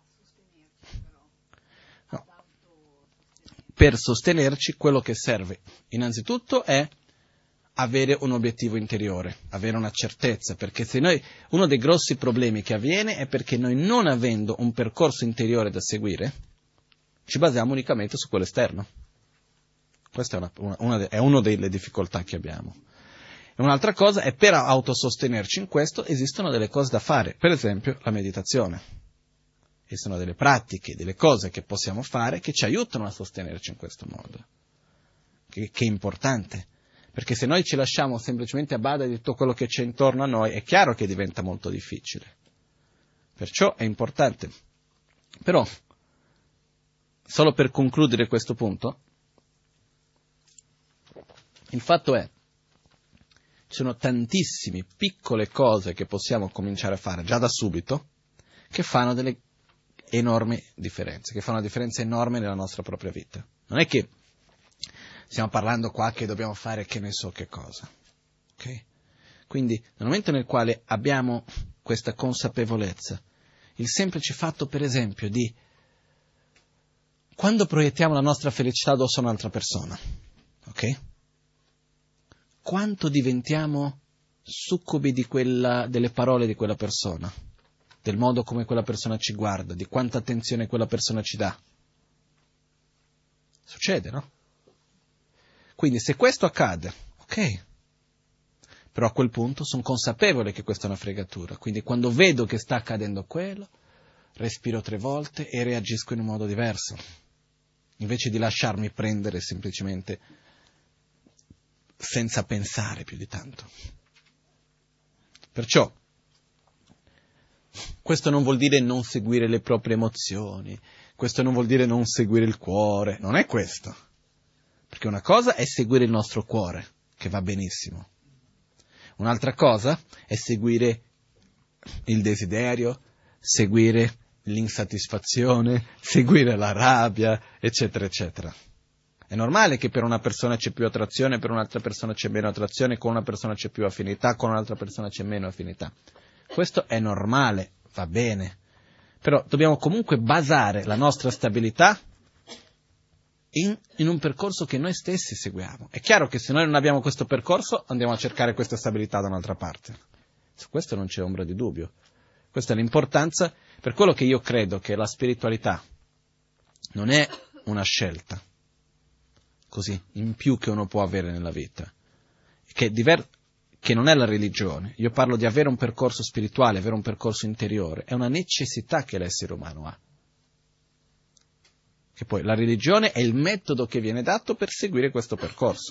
no. Per sostenerci quello che serve innanzitutto è avere un obiettivo interiore, avere una certezza, perché se noi, uno dei grossi problemi che avviene è perché noi, non avendo un percorso interiore da seguire, ci basiamo unicamente su quello esterno. Questa è una delle difficoltà che abbiamo. E un'altra cosa è, per autosostenerci in questo, esistono delle cose da fare, per esempio la meditazione. Esistono delle pratiche, delle cose che possiamo fare che ci aiutano a sostenerci in questo modo, che è importante. Perché se noi ci lasciamo semplicemente a bada di tutto quello che c'è intorno a noi, è chiaro che diventa molto difficile. Perciò è importante. Però, solo per concludere questo punto, il fatto è, ci sono tantissime piccole cose che possiamo cominciare a fare già da subito, che fanno delle enormi differenze, che fanno una differenza enorme nella nostra propria vita. Non è che stiamo parlando qua che dobbiamo fare che ne so che cosa. Okay? Quindi, nel momento nel quale abbiamo questa consapevolezza, il semplice fatto, per esempio, di quando proiettiamo la nostra felicità addosso a un'altra persona, ok? Quanto diventiamo succubi delle parole di quella persona, del modo come quella persona ci guarda, di quanta attenzione quella persona ci dà. Succede, no? Quindi se questo accade, ok, però a quel punto sono consapevole che questa è una fregatura, quindi quando vedo che sta accadendo quello, respiro 3 volte e reagisco in un modo diverso, invece di lasciarmi prendere semplicemente senza pensare più di tanto. Perciò, questo non vuol dire non seguire le proprie emozioni, questo non vuol dire non seguire il cuore, non è questo. Perché una cosa è seguire il nostro cuore, che va benissimo. Un'altra cosa è seguire il desiderio, seguire l'insatisfazione, seguire la rabbia, eccetera, eccetera. È normale che per una persona c'è più attrazione, per un'altra persona c'è meno attrazione, con una persona c'è più affinità, con un'altra persona c'è meno affinità. Questo è normale, va bene. Però dobbiamo comunque basare la nostra stabilità in un percorso che noi stessi seguiamo. È chiaro che se noi non abbiamo questo percorso andiamo a cercare questa stabilità da un'altra parte. Su questo non c'è ombra di dubbio. Questa è l'importanza, per quello che io credo che la spiritualità non è una scelta, così, in più che uno può avere nella vita, che non è la religione. Io parlo di avere un percorso spirituale, avere un percorso interiore, è una necessità che l'essere umano ha. Che poi la religione è il metodo che viene dato per seguire questo percorso.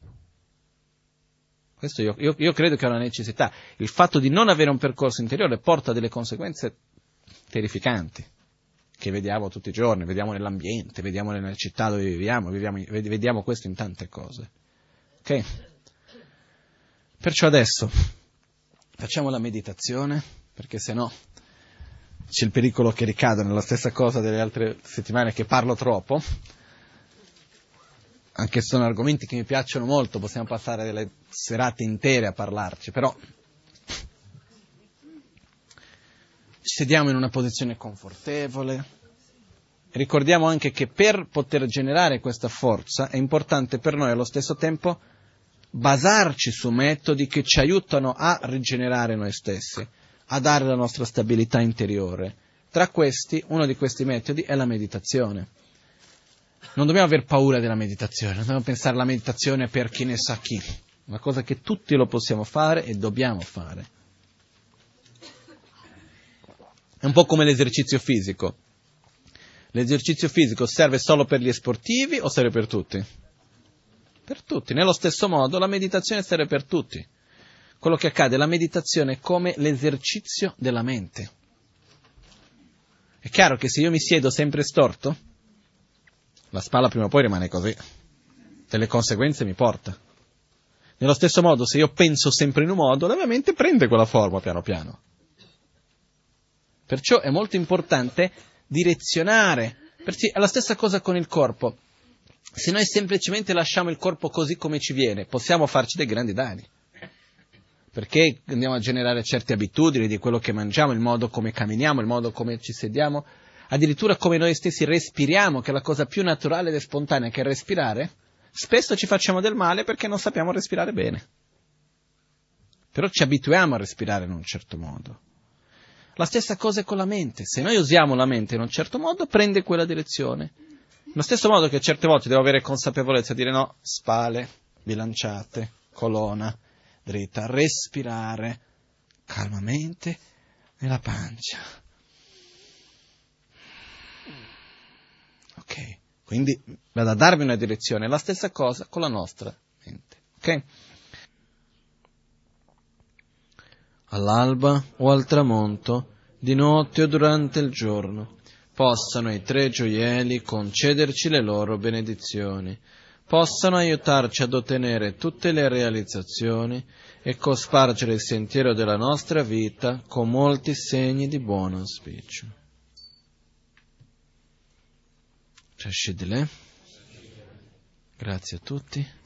Questo io credo che è una necessità. Il fatto di non avere un percorso interiore porta a delle conseguenze terrificanti, che vediamo tutti i giorni, vediamo nell'ambiente, vediamo nella città dove viviamo, vediamo questo in tante cose. Ok? Perciò adesso facciamo la meditazione, perché sennò c'è il pericolo che ricada nella stessa cosa delle altre settimane, che parlo troppo, anche se sono argomenti che mi piacciono molto, possiamo passare delle serate intere a parlarci, però ci sediamo in una posizione confortevole. Ricordiamo anche che per poter generare questa forza è importante per noi allo stesso tempo basarci su metodi che ci aiutano a rigenerare noi stessi, a dare la nostra stabilità interiore. Tra questi, uno di questi metodi è la meditazione. Non dobbiamo aver paura della meditazione, non dobbiamo pensare alla meditazione per chi ne sa chi, una cosa che tutti lo possiamo fare e dobbiamo fare. È un po' come l'esercizio fisico. L'esercizio fisico serve solo per gli sportivi o serve per tutti? Per tutti. Nello stesso modo la meditazione serve per tutti. Quello che accade, la meditazione è come l'esercizio della mente. È chiaro che se io mi siedo sempre storto, la spalla prima o poi rimane così, delle conseguenze mi porta. Nello stesso modo, se io penso sempre in un modo, la mia mente prende quella forma piano piano. Perciò è molto importante direzionare. È la stessa cosa con il corpo. Se noi semplicemente lasciamo il corpo così come ci viene, possiamo farci dei grandi danni. Perché andiamo a generare certe abitudini di quello che mangiamo, il modo come camminiamo, il modo come ci sediamo, addirittura come noi stessi respiriamo, che è la cosa più naturale ed spontanea che è respirare. Spesso ci facciamo del male perché non sappiamo respirare bene. Però ci abituiamo a respirare in un certo modo. La stessa cosa è con la mente. Se noi usiamo la mente in un certo modo, prende quella direzione. Allo stesso modo che certe volte devo avere consapevolezza, dire no, spalle bilanciate, colonna dritta, respirare calmamente nella pancia. Ok, quindi vado a darvi una direzione, la stessa cosa con la nostra mente. Ok? All'alba o al tramonto, di notte o durante il giorno, possano i tre gioielli concederci le loro benedizioni, possano aiutarci ad ottenere tutte le realizzazioni e cospargere il sentiero della nostra vita con molti segni di buon auspicio. Grazie a tutti.